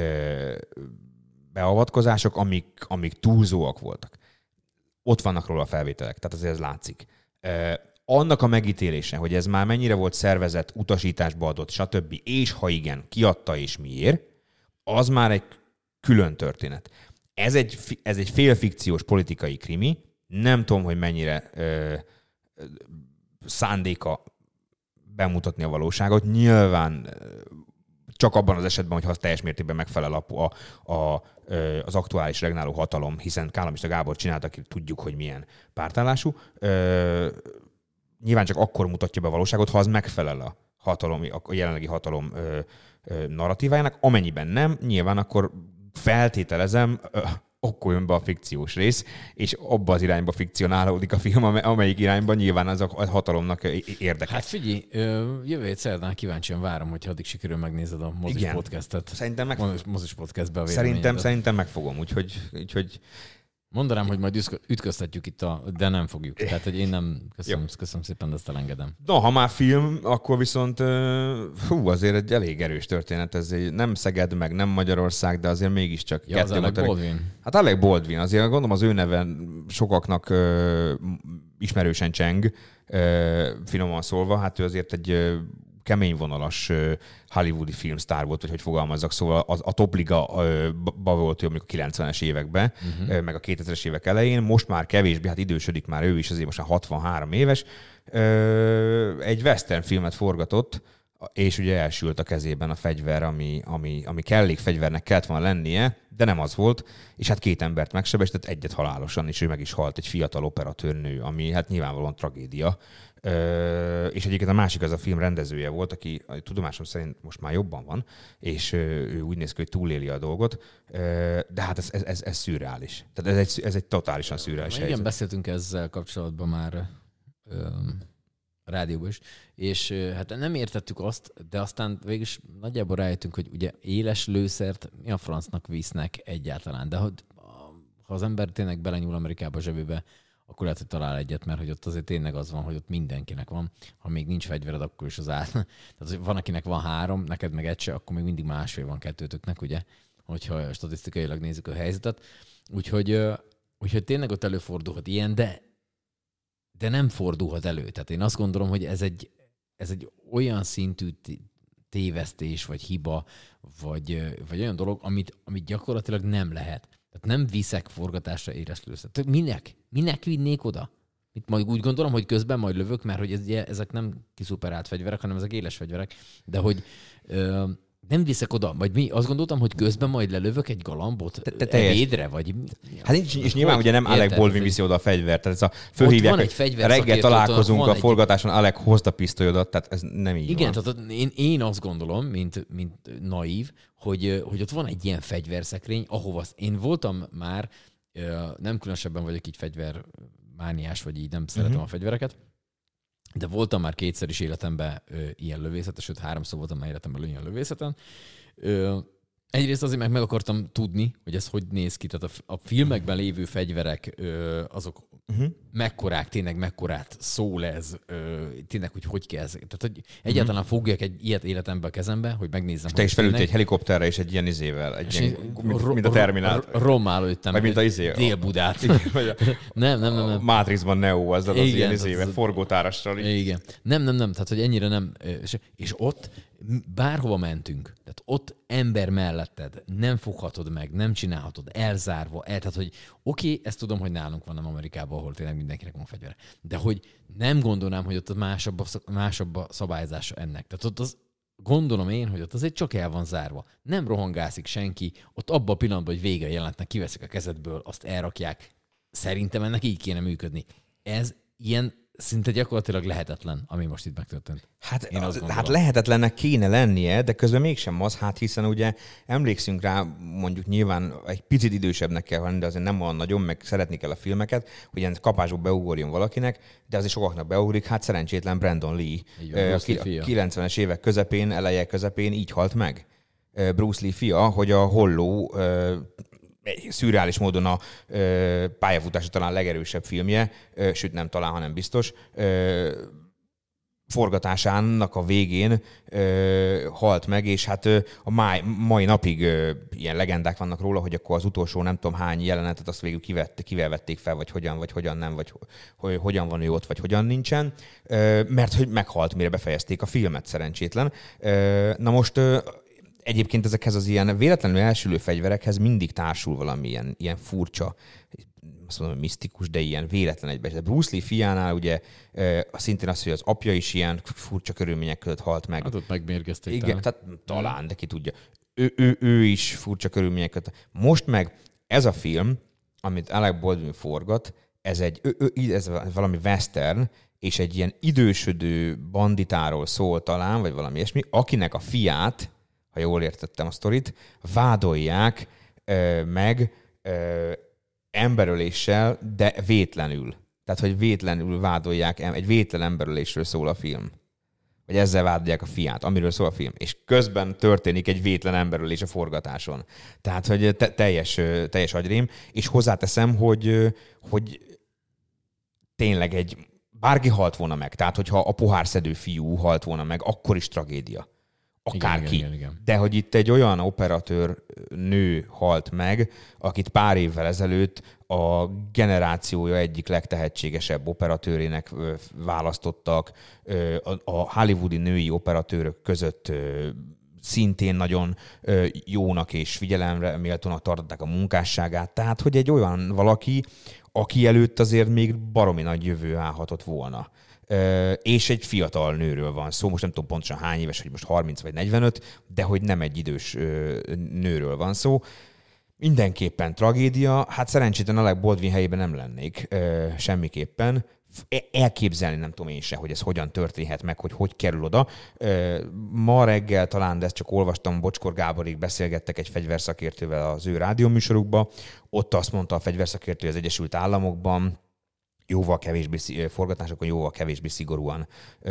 beavatkozások, amik, amik túlzóak voltak. Ott vannak róla a felvételek, tehát azért ez látszik. Annak a megítélése, hogy ez már mennyire volt szervezett, utasításba adott, stb., és ha igen, kiadta és miért, az már egy külön történet. Ez egy, ez egy félfikciós politikai krimi, nem tudom, hogy mennyire ö, ö, szándéka bemutatni a valóságot. Nyilván ö, csak abban az esetben, hogyha az teljes mértékben megfelel a, a, a, ö, az aktuális regnáló hatalom, hiszen Kállamista Gábor csinált, aki tudjuk, hogy milyen pártállású. Ö, nyilván csak akkor mutatja be a valóságot, ha az megfelel a, hatalom, a jelenlegi hatalom ö, ö, narratívájának. Amennyiben nem, nyilván akkor feltételezem, ö, akkor jön be a fikciós rész, és abba az irányba fikcionálódik a film, amelyik irányban nyilván az a hatalomnak érdekes. Hát figyelj, ö, jövő hét szerdán kíváncsian várom, hogy addig sikerül megnézed a mozis Igen. podcastet. Szerintem meg... Mozis, mozis podcastbe a Szerintem, véleményedet. szerintem megfogom, úgyhogy... úgyhogy... Mondanám, hogy majd üszkö- ütköztetjük itt, a, de nem fogjuk. Tehát, hogy én nem... Köszönöm, köszönöm szépen, de ezt elengedem. Na, ha már film, akkor viszont hú, azért egy elég erős történet. Ez egy, nem Szeged, meg nem Magyarország, de azért mégiscsak... Ja, az Alec motor- Baldwin. Hát Alec Baldwin, azért gondolom az ő neven sokaknak ö, ismerősen cseng, ö, finoman szólva. Hát ő azért egy ö, kemény vonalas ö, hollywoodi filmsztár volt, vagy hogy fogalmazzak, szóval az, a topliga-ba volt ő mondjuk a kilencvenes években, uh-huh. ö, meg a kétezres évek elején. Most már kevésbé, hát idősödik már ő is, azért most már hatvanhárom éves. Ö, egy western filmet forgatott, és ugye elsült a kezében a fegyver, ami, ami, ami kellék fegyvernek kellett volna lennie, de nem az volt, és hát két embert megsebesített, egyet halálosan, és ő meg is halt, egy fiatal operatőrnő, ami hát nyilvánvalóan tragédia. Ö, és egyébként a másik az a film rendezője volt, aki a tudomásom szerint most már jobban van, és ö, ő úgy néz ki, hogy túléli a dolgot, ö, de hát ez, ez, ez, ez szürreális. Tehát ez egy, ez egy totálisan szürreális Igen, helyzet. beszéltünk ezzel kapcsolatban már ö, rádióban is, és ö, hát nem értettük azt, de aztán végülis nagyjából rájöttünk, hogy ugye éles lőszert mi a francnak visznek egyáltalán, de hogy, ha az ember tényleg belenyúl Amerikába zsebébe, akkor lehet, hogy talál egyet, mert hogy ott azért tényleg az van, hogy ott mindenkinek van. Ha még nincs fegyvered, akkor is az át. Tehát van, akinek van három, neked meg egy se, akkor még mindig másfél van kettőtöknek, ugye? Hogyha statisztikailag nézzük a helyzetet. Úgyhogy, úgyhogy tényleg ott előfordulhat ilyen, de, de nem fordulhat elő. Tehát én azt gondolom, hogy ez egy, ez egy olyan szintű tévesztés, vagy hiba, vagy, vagy olyan dolog, amit, amit gyakorlatilag nem lehet. Tehát nem viszek forgatásra érezlőszet. Minek? Minek vinnék oda? Itt majd úgy gondolom, hogy közben majd lövök, mert hogy ez, ezek nem kiszuperált fegyverek, hanem ezek éles fegyverek, de hogy ö, nem viszek oda. Vagy mi azt gondoltam, hogy közben majd lelövök egy galambot te, te ebédre, vagy... Hát és, és nyilván hogy? Ugye nem Alec Baldwin viszi oda a fegyvert. Tehát ez a fölhívják, hogy reggel találkozunk a egy... forgatáson, Alec, hozd a pisztolyodat, tehát ez nem így igen, van. Tehát én, én azt gondolom, mint, mint naív, hogy, hogy ott van egy ilyen fegyverszekrény, ahova én voltam már, nem különösebben vagyok így fegyvermániás, vagy így nem szeretem uh-huh. a fegyvereket, de voltam már kétszer is életemben ö, ilyen lövészeten, sőt háromszor voltam már életemben ilyen lövészeten. Ö, egyrészt azért meg meg akartam tudni, hogy ez hogy néz ki. Tehát a, a filmekben lévő fegyverek, ö, azok uh-huh. mekkorák, tényleg mekkorát szól ez, ö, tényleg, hogy hogy kell ez. Tehát, hogy egyáltalán uh-huh. fogjak egy ilyet életembe a kezembe, hogy megnézzem. És te is felültél egy helikopterre és egy ilyen izével, egy ilyen, mint, mint a Terminátor. Rommá lőttem. Vagy mint a izé. Dél-Budát. nem, nem, nem. nem. Matrixban Neo, azzal az ilyen izével, forgótárassal. Igen. Nem, nem, nem. Tehát, hogy ennyire nem. És, és ott bárhova mentünk, tehát ott ember melletted, nem foghatod meg, nem csinálhatod, elzárva, el, tehát, hogy oké, okay, ezt tudom, hogy nálunk van, nem Amerikában, ahol tényleg mindenkinek van fegyvere, de hogy nem gondolnám, hogy ott másabb a, másabb a szabályzása ennek. Tehát ott az, gondolom én, hogy ott azért csak el van zárva. Nem rohangászik senki, ott abban a pillanatban, hogy vége jelentnek, kiveszik a kezedből, azt elrakják. Szerintem ennek így kéne működni. Ez ilyen szinte gyakorlatilag lehetetlen, ami most itt megtörtént. Hát, hát lehetetlennek kéne lennie, de közben mégsem az, hát hiszen ugye emlékszünk rá, mondjuk nyilván egy picit idősebbnek kell lenni, de azért nem olyan nagyon, meg szeretni kell a filmeket, hogy ilyen kapásból beugorjon valakinek, de azért sokaknak beugrik, hát szerencsétlen Brandon Lee. Van, a, a kilencvenes évek közepén, eleje közepén így halt meg. Bruce Lee fia, hogy a Holló szürreális módon a ö, pályafutása talán legerősebb filmje, ö, sőt nem talán, hanem biztos, ö, forgatásának a végén ö, halt meg, és hát ö, a mai, mai napig ö, ilyen legendák vannak róla, hogy akkor az utolsó nem tudom hány jelenetet azt végül kivett, kivel vették fel, vagy hogyan, vagy hogyan nem, vagy hogy hogyan van ő ott, vagy hogyan nincsen, ö, mert hogy meghalt, mire befejezték a filmet, szerencsétlen. Ö, na most ö, egyébként ezekhez az ilyen véletlenül elsülő fegyverekhez mindig társul valami ilyen, ilyen furcsa, azt mondom, misztikus, de ilyen véletlen egyben. De Bruce Lee fiánál ugye szintén az, hogy az apja is ilyen furcsa körülmények között halt meg. Hát ott megmérgezték. Igen, tehát talán, de ki tudja. Ő, ő, ő is furcsa körülmények között. Most meg ez a film, amit Alec Baldwin forgat, ez egy ő, ő, ez valami western, és egy ilyen idősödő banditáról szól talán, vagy valami ilyesmi, akinek a fiát, ha jól értettem a sztorit, vádolják ö, meg ö, emberöléssel, de vétlenül. Tehát, hogy vétlenül vádolják, egy vétlen emberölésről szól a film. Vagy ezzel vádolják a fiát, amiről szól a film. És közben történik egy vétlen emberölés a forgatáson. Tehát, hogy te, teljes, teljes agyrém. És hozzáteszem, hogy, hogy tényleg egy, bárki halt volna meg. Tehát, hogyha a pohárszedő fiú halt volna meg, akkor is tragédia. Akárki. Igen, igen, igen. De hogy itt egy olyan operatőr nő halt meg, akit pár évvel ezelőtt a generációja egyik legtehetségesebb operatőrének választottak, a hollywoodi női operatőrök között szintén nagyon jónak és figyelemre méltónak tartották a munkásságát. Tehát, hogy egy olyan valaki, aki előtt azért még baromi nagy jövő állhatott volna. Uh, és egy fiatal nőről van szó, most nem tudom pontosan hány éves, hogy most harminc vagy negyvenöt, de hogy nem egy idős uh, nőről van szó. Mindenképpen tragédia, hát szerencsétlen Alec Baldwin helyében nem lennék uh, semmiképpen. Elképzelni nem tudom én se, hogy ez hogyan történhet meg, hogy hogy kerül oda. Uh, ma reggel talán, de ezt csak olvastam, Bocskor Gáborék beszélgettek egy fegyverszakértővel az ő rádióműsorukba. Ott azt mondta a fegyverszakértő az Egyesült Államokban, jóval kevésbé forgatásokon, jóval kevésbé szigorúan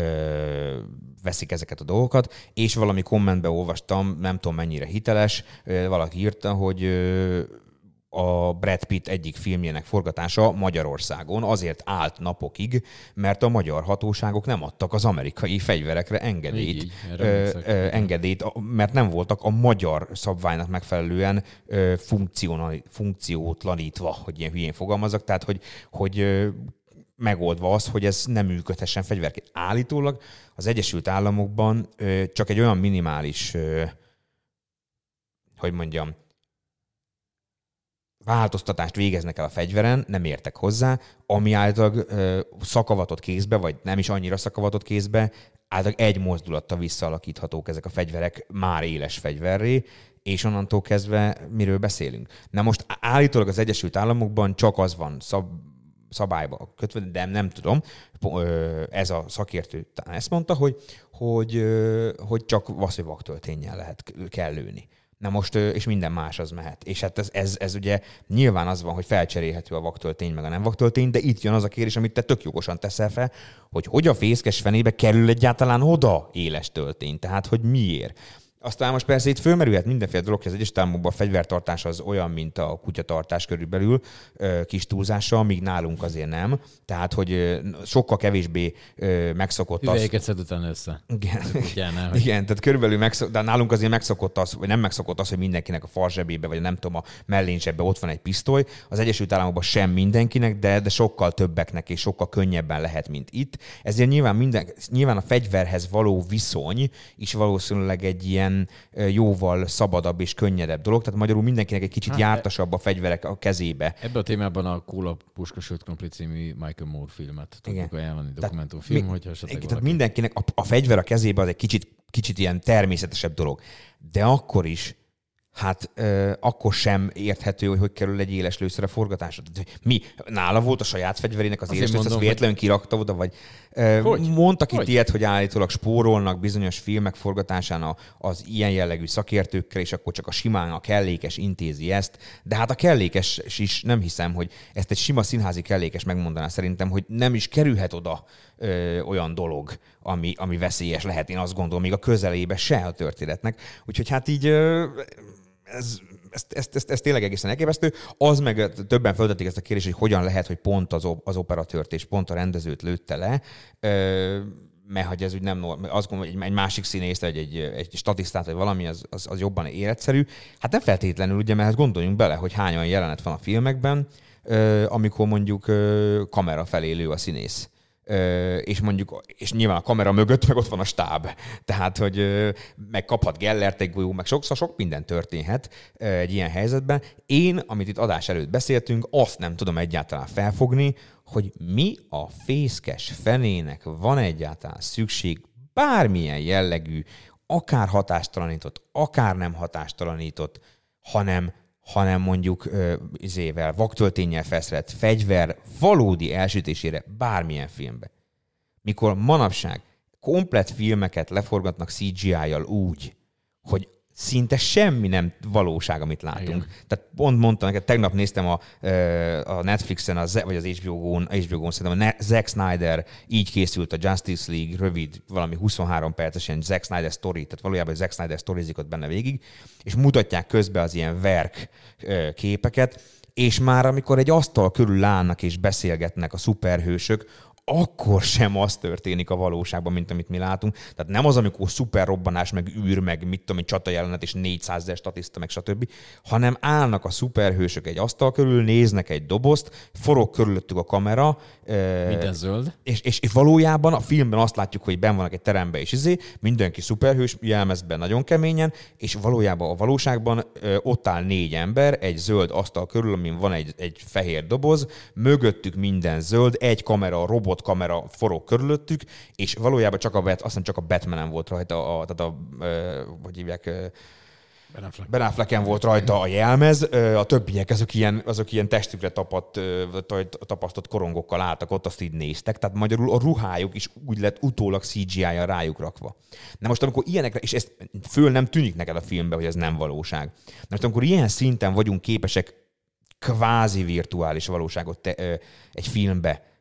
ö, veszik ezeket a dolgokat, és valami kommentbe olvastam, nem tudom mennyire hiteles, ö, valaki írta, hogy ö, a Brad Pitt egyik filmjének forgatása Magyarországon azért állt napokig, mert a magyar hatóságok nem adtak az amerikai fegyverekre engedélyt, Így, így, ö, ö, engedélyt, mert nem voltak a magyar szabványnak megfelelően ö, funkciótlanítva, hogy ilyen hülyén fogalmazzak, tehát hogy, hogy ö, megoldva az, hogy ez nem működhessen fegyverként. Állítólag az Egyesült Államokban ö, csak egy olyan minimális, ö, hogy mondjam, változtatást végeznek el a fegyveren, nem értek hozzá, ami általában ö, szakavatott kézbe, vagy nem is annyira szakavatott kézbe, általában egy mozdulattal visszaalakíthatók ezek a fegyverek már éles fegyverré, és onnantól kezdve miről beszélünk. Na most állítólag az Egyesült Államokban csak az van szab, szabályba kötve, de nem tudom, ez a szakértő ezt mondta, hogy, hogy, hogy csak az, hogy vaktölténnyel lehet, kell lőni. Na most, és minden más az mehet. És hát ez, ez, ez ugye nyilván az van, hogy felcserélhető a vaktöltény, meg a nem vaktöltény, de itt jön az a kérdés, amit te tök jogosan teszel fel, hogy hogy a fészkes fenébe kerül egyáltalán oda éles töltény. Tehát, hogy miért. Aztán most persze itt fölmerülhet mindenféle dolog, hogy az Egyesült Államokban a fegyvertartás az olyan, mint a kutyatartás körülbelül, kis túlzással, míg nálunk azért nem. Tehát, hogy sokkal kevésbé megszokott az... Üvelyeket szed utána össze. Igen, Ugyan, hogy... Igen, tehát körülbelül megszokott, de nálunk azért megszokott az, vagy nem megszokott az, hogy mindenkinek a farzsebébe, vagy nem tudom, a mellénzsebbe ott van egy pisztoly. Az Egyesült Államokban sem mindenkinek, de, de sokkal többeknek és sokkal könnyebben lehet, mint itt. Ezért nyilván, minden, nyilván a fegyverhez való viszony is valószínűleg egy ilyen jóval szabadabb és könnyedebb dolog. Tehát magyarul mindenkinek egy kicsit hát, jártasabb a fegyverek a kezébe. Ebben a témában a Kóla Puska Sőt Krumpli című Michael Moore filmet tudjuk ajánlani, dokumentumfilm, mi, hogyha esetleg Tehát valaki... mindenkinek a, a fegyver a kezébe az egy kicsit, kicsit ilyen természetesebb dolog. De akkor is hát euh, akkor sem érthető, hogy hogy kerül egy éles lőszer a forgatásra. Mi? Nála volt a saját fegyverének az éles lőszer, az véletlenül kirakta oda, vagy euh, mondtak itt hogy? ilyet, hogy állítólag spórolnak bizonyos filmek forgatásán az ilyen jellegű szakértőkkel, és akkor csak a simán a kellékes intézi ezt. De hát a kellékes is nem hiszem, hogy ezt egy sima színházi kellékes megmondaná szerintem, hogy nem is kerülhet oda ö, olyan dolog, ami, ami veszélyes lehet. Én azt gondolom, még a közelébe se a történetnek. Úgyhogy hát így... Ö, Ez, ez, ez, ez, ez tényleg egészen elképesztő. Az meg többen föltették ezt a kérdést, hogy hogyan lehet, hogy pont az, az operatőrt és pont a rendezőt lőtte le, mert hogy ez úgy nem, azt gondolom, hogy egy másik színészt, vagy egy, egy statisztát, vagy valami, az, az, az jobban életszerű. Hát nem feltétlenül, ugye, mert gondoljunk bele, hogy hány olyan jelenet van a filmekben, amikor mondjuk kamera felé lő a színész. És mondjuk, és nyilván a kamera mögött meg ott van a stáb. Tehát, hogy megkaphat Gellert egy golyó, meg sokszor sok minden történhet egy ilyen helyzetben. Én, amit itt adás előtt beszéltünk, azt nem tudom egyáltalán felfogni, hogy mi a fészkes fenének van egyáltalán szükség bármilyen jellegű, akár hatástalanított, akár nem hatástalanított, hanem hanem mondjuk izével, vaktölténnyel felszerelt fegyver valódi elsütésére bármilyen filmbe. Mikor manapság komplett filmeket leforgatnak cé gé í-jal úgy, hogy szinte semmi nem valóság, amit látunk. Igen. Tehát pont mondtam neked, tegnap néztem a, a Netflixen, a, vagy az há bé ó-n, há bé ó-n szerintem a Zack Snyder, így készült a Justice League, rövid, valami huszonhárom perces ilyen Zack Snyder story, tehát valójában Zack Snyder sztorizik ott benne végig, és mutatják közben az ilyen verk képeket, és már amikor egy asztal körül állnak és beszélgetnek a szuperhősök, akkor sem az történik a valóságban, mint amit mi látunk. Tehát nem az, amikor szuper robbanás, meg űr, meg mit tudom, egy csata jelenet, és négyszázezer statiszta, meg stb., hanem állnak a szuperhősök egy asztal körül, néznek egy dobozt, forog körülöttük a kamera. Minden zöld. És, és, és valójában a filmben azt látjuk, hogy benn vannak egy teremben, és izé, mindenki szuperhős, jelmezben nagyon keményen, és valójában a valóságban ott áll négy ember, egy zöld asztal körül, amin van egy, egy fehér doboz, mögöttük minden zöld, egy kamera, robot kamera forog körülöttük, és valójában csak a, azt hiszem csak a Batmanen volt rajta, a, tehát a, hogy hívják, Ben Affleck. Ben Afflecken volt rajta a jelmez, a többiek azok ilyen, azok ilyen testükre tapadt, tapasztott korongokkal álltak ott, azt így néztek, tehát magyarul a ruhájuk is úgy lett utólag cé gé í-jal rájuk rakva. Na most amikor ilyenekre, és ez föl nem tűnik neked a filmben, hogy ez nem valóság. Na most amikor ilyen szinten vagyunk képesek kvázi virtuális valóságot te, egy filmbe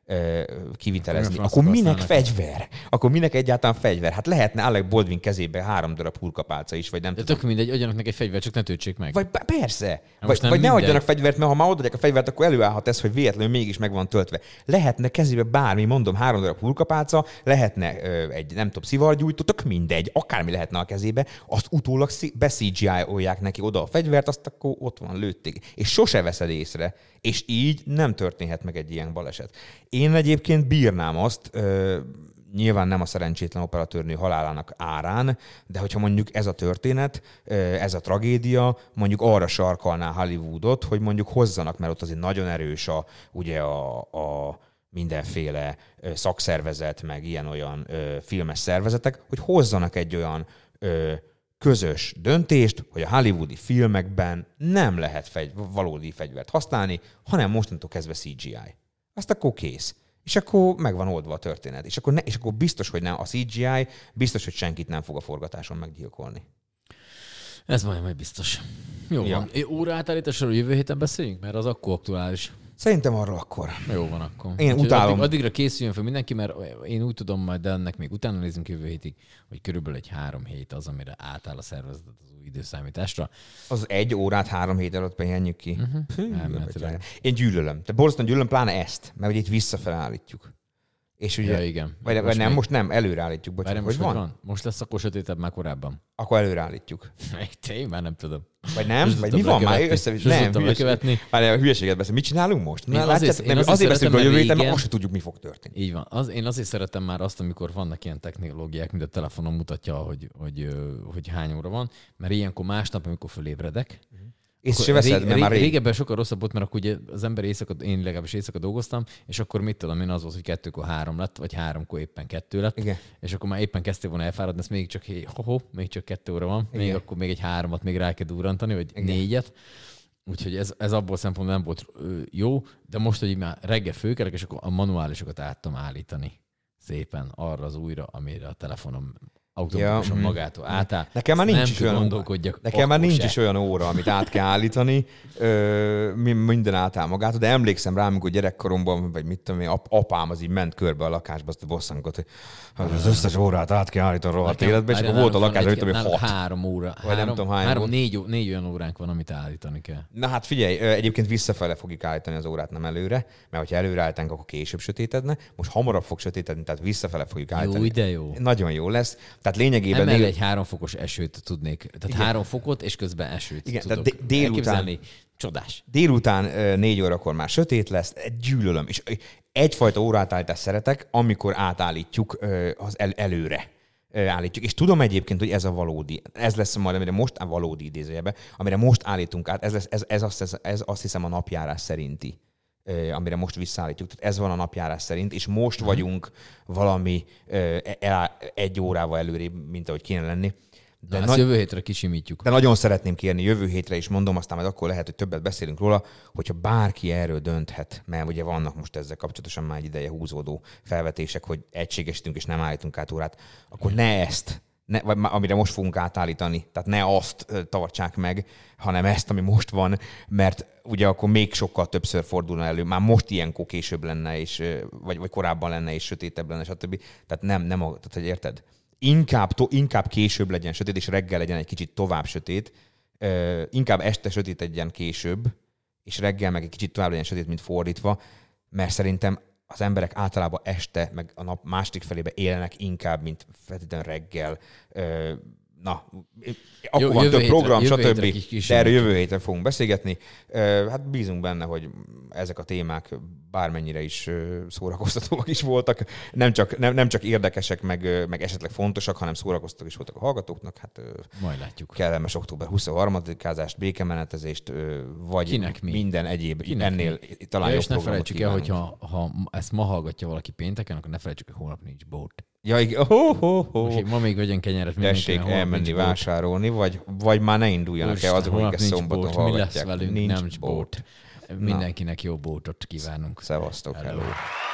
kivitelezni. Akkor Akkor minek használnak. fegyver? Akkor minek egyáltalán fegyver? Hát lehetne Alec Baldwin kezébe három darab hurkapálca is, vagy nem De tudom. tök mindegy, adjanak neki egy fegyvert, csak ne töltsék meg. Vagy persze. Vagy, most nem vagy ne mindegy. adjanak fegyvert, mert ha már odaadják a fegyvert, akkor előállhat ez, hogy véletlenül mégis meg van töltve. Lehetne kezébe bármi, mondom, három darab hurkapálca, lehetne ö, egy, nem tudom, szivargyújtó, tök mindegy, akármi lehetne a kezébe, azt utólag be cé gé í-olják neki oda a fegyvert, azt akkor ott van, lőtték. És sose veszed észre. És így nem történhet meg egy ilyen baleset. Én egyébként bírnám azt, ö, nyilván nem a szerencsétlen operatőrnő halálának árán, de hogyha mondjuk ez a történet, ez a tragédia, mondjuk arra sarkalná Hollywoodot, hogy mondjuk hozzanak, mert ott azért nagyon erős a, ugye a, a mindenféle szakszervezet, meg ilyen-olyan ö, filmes szervezetek, hogy hozzanak egy olyan ö, közös döntést, hogy a hollywoodi filmekben nem lehet fegy, valódi fegyvert használni, hanem mostantól kezdve cé gé í. Azt akkor kész. És akkor meg van oldva a történet. És akkor, ne, és akkor biztos, hogy nem a cé gé í, biztos, hogy senkit nem fog a forgatáson meggyilkolni. Ez majd majd biztos. Jó Ja. van. É, óraátállításról jövő héten beszéljünk, mert az akkor aktuális. Szerintem arról akkor. Jó van akkor. Én Úgyhogy utálom. Addig, addigra készüljön fel mindenki, mert én úgy tudom majd, de ennek még utána nézünk jövő hétig, hogy körülbelül egy három hét az, amire átáll a szervezet az új időszámításra. Az egy órát három hét alatt pihenjük ki. Uh-huh. Elméletileg. Én gyűlölöm. De borzasztóan gyűlölöm, pláne ezt, mert ugye itt visszafelállítjuk. És ugye, Ja, igen. Vagy, vagy nem, még... most nem, előreállítjuk. Bocsánat, Várj, most hogy hogy van? van? Most lesz akkor sötétebb már korábban. Akkor előreállítjuk. Én már nem tudom. Vagy nem? Sose Vagy mi tudtam van már? lekövetni. Összevis... Sose Nem, tudtam hülyeség. lekövetni. Várjál, hülyeséget beszél. Mit csinálunk most? Én Na, azért- látjátok, én nem, azért azért beszélünk a szeretem, jövő mert héten, mert régen- azt se tudjuk, mi fog történni. Így van. Az, én azért szeretem már azt, amikor vannak ilyen technológiák, mint a telefonon mutatja, hogy, hogy, ö, hogy hány óra van, mert ilyenkor másnap, amikor fölébredek, És akkor se veszed, rég, mert már rég, rég. régebben sokkal rosszabb volt, mert akkor ugye az ember éjszaka, én legalábbis éjszaka dolgoztam, és akkor mit tudom én, az volt, hogy kettőkor három lett, vagy háromkor éppen kettő lett, Igen. és akkor már éppen kezdtél volna elfáradni, ezt még csak, ho-ho, még csak kettő óra van, még Igen. akkor még egy háromat még rá kell durrantani, vagy Igen. négyet. Úgyhogy ez, ez abból szempontból nem volt ö, jó, de most, hogy így már reggel főkelek, és akkor a manuálisokat át tudom állítani szépen arra az újra, amire a telefonom automatikusan Ja, mm. magától átáll. Nekem már nincs nem is tud olyan gondolkodjak. Nekem már akkor nincs se. is olyan óra, amit át kell állítani. Ö, mi- minden átáll magától, de emlékszem rá, amikor gyerekkoromban, vagy mit tudom én, ap- apám az így ment körbe a lakásba, azt a bosszangot, hogy hát az összes órát át kell állítani a rohadt Nekem- életbe, és várjál, akkor volt a nálunk van lakás, egy- hogy tudom, hogy nálunk hat. három óra. Vagy nem három, tudom, hány három volt. négy, ó- négy olyan óránk van, amit állítani kell. Na hát figyelj, ö, egyébként visszafele fogjuk állítani az órát, nem előre, mert hogyha előre állítánk, akkor később sötétedne. Most hamarabb fog sötétedni, tehát visszafele fogjuk állítani. Jó, de jó. Nagyon jó lesz. Tehát lényegében... Emellé dél- egy három fokos esőt tudnék. Tehát Igen. három fokot, és közben esőt Igen, tudok tehát dé- délután- elképzelni. Csodás. Délután ö, négy órakor már sötét lesz, gyűlölöm. És egyfajta órátállítást szeretek, amikor átállítjuk ö, az el- előre. Ö, állítjuk. És tudom egyébként, hogy ez a valódi, ez lesz majd, amire most, a valódi idézőjebe, amire most állítunk át, ez, lesz, ez, ez, azt, ez, ez azt hiszem a napjárás szerinti, ö, amire most visszaállítjuk. Tehát ez van a napjárás szerint, és most Mhm. vagyunk valami ö, el, egy órával előrébb, mint ahogy kéne lenni. De De, ezt nagy, jövő hétre kisimítjuk. de nagyon szeretném kérni jövő hétre is, mondom, aztán majd akkor lehet, hogy többet beszélünk róla, hogyha bárki erről dönthet, mert ugye vannak most ezzel kapcsolatosan már egy ideje húzódó felvetések, hogy egységesítünk és nem állítunk át órát, akkor ne ezt, ne, vagy má- amire most fogunk átállítani, tehát ne azt ö, tartsák meg, hanem ezt, ami most van, mert ugye akkor még sokkal többször fordulna elő, már most ilyenkor később lenne, és, ö, vagy, vagy korábban lenne, és sötétebb lenne, stb. Tehát nem, nem, a- tehát hogy érted? Inkább, to, inkább később legyen sötét, és reggel legyen egy kicsit tovább sötét, ö, inkább este sötétedjen később, és reggel meg egy kicsit tovább legyen sötét, mint fordítva, mert szerintem az emberek általában este, meg a nap második felébe élnek inkább, mint feltétlenül reggel. Ö, na, akkor Jó, van jövő több hétre- program, jövő hétre stb. kis- kis- De erről jövő héten fogunk beszélgetni. Ö, hát bízunk benne, hogy ezek a témák bármennyire is ö, szórakoztatóak is voltak. Nem csak, nem, nem csak érdekesek, meg, ö, meg esetleg fontosak, hanem szórakoztatók is voltak a hallgatóknak. Hát ö, Majd látjuk. kellemes október huszonharmadikázást, békemenetezést, ö, vagy Kinek mi? minden egyéb Kinek ennél talán Ja, jobb és ne programot felejtsük el, kívánunk. hogyha ha ezt ma hallgatja valaki pénteken, akkor ne felejtsük, hogy holnap nincs bót. Ja, igen. Oh, oh, oh. Most ma még vegyen kenyeret mindenkinek, Tessék holnap elmenni nincs bót. vásárolni, vagy, vagy már ne induljanak Úristen, el azok, holnap akik ezt nincs szombaton bót. Mi lesz hallgatják. velünk? Nincs Nincs bót. bót. Mindenkinek jó bótot kívánunk. Szevasztok, Hello. hello.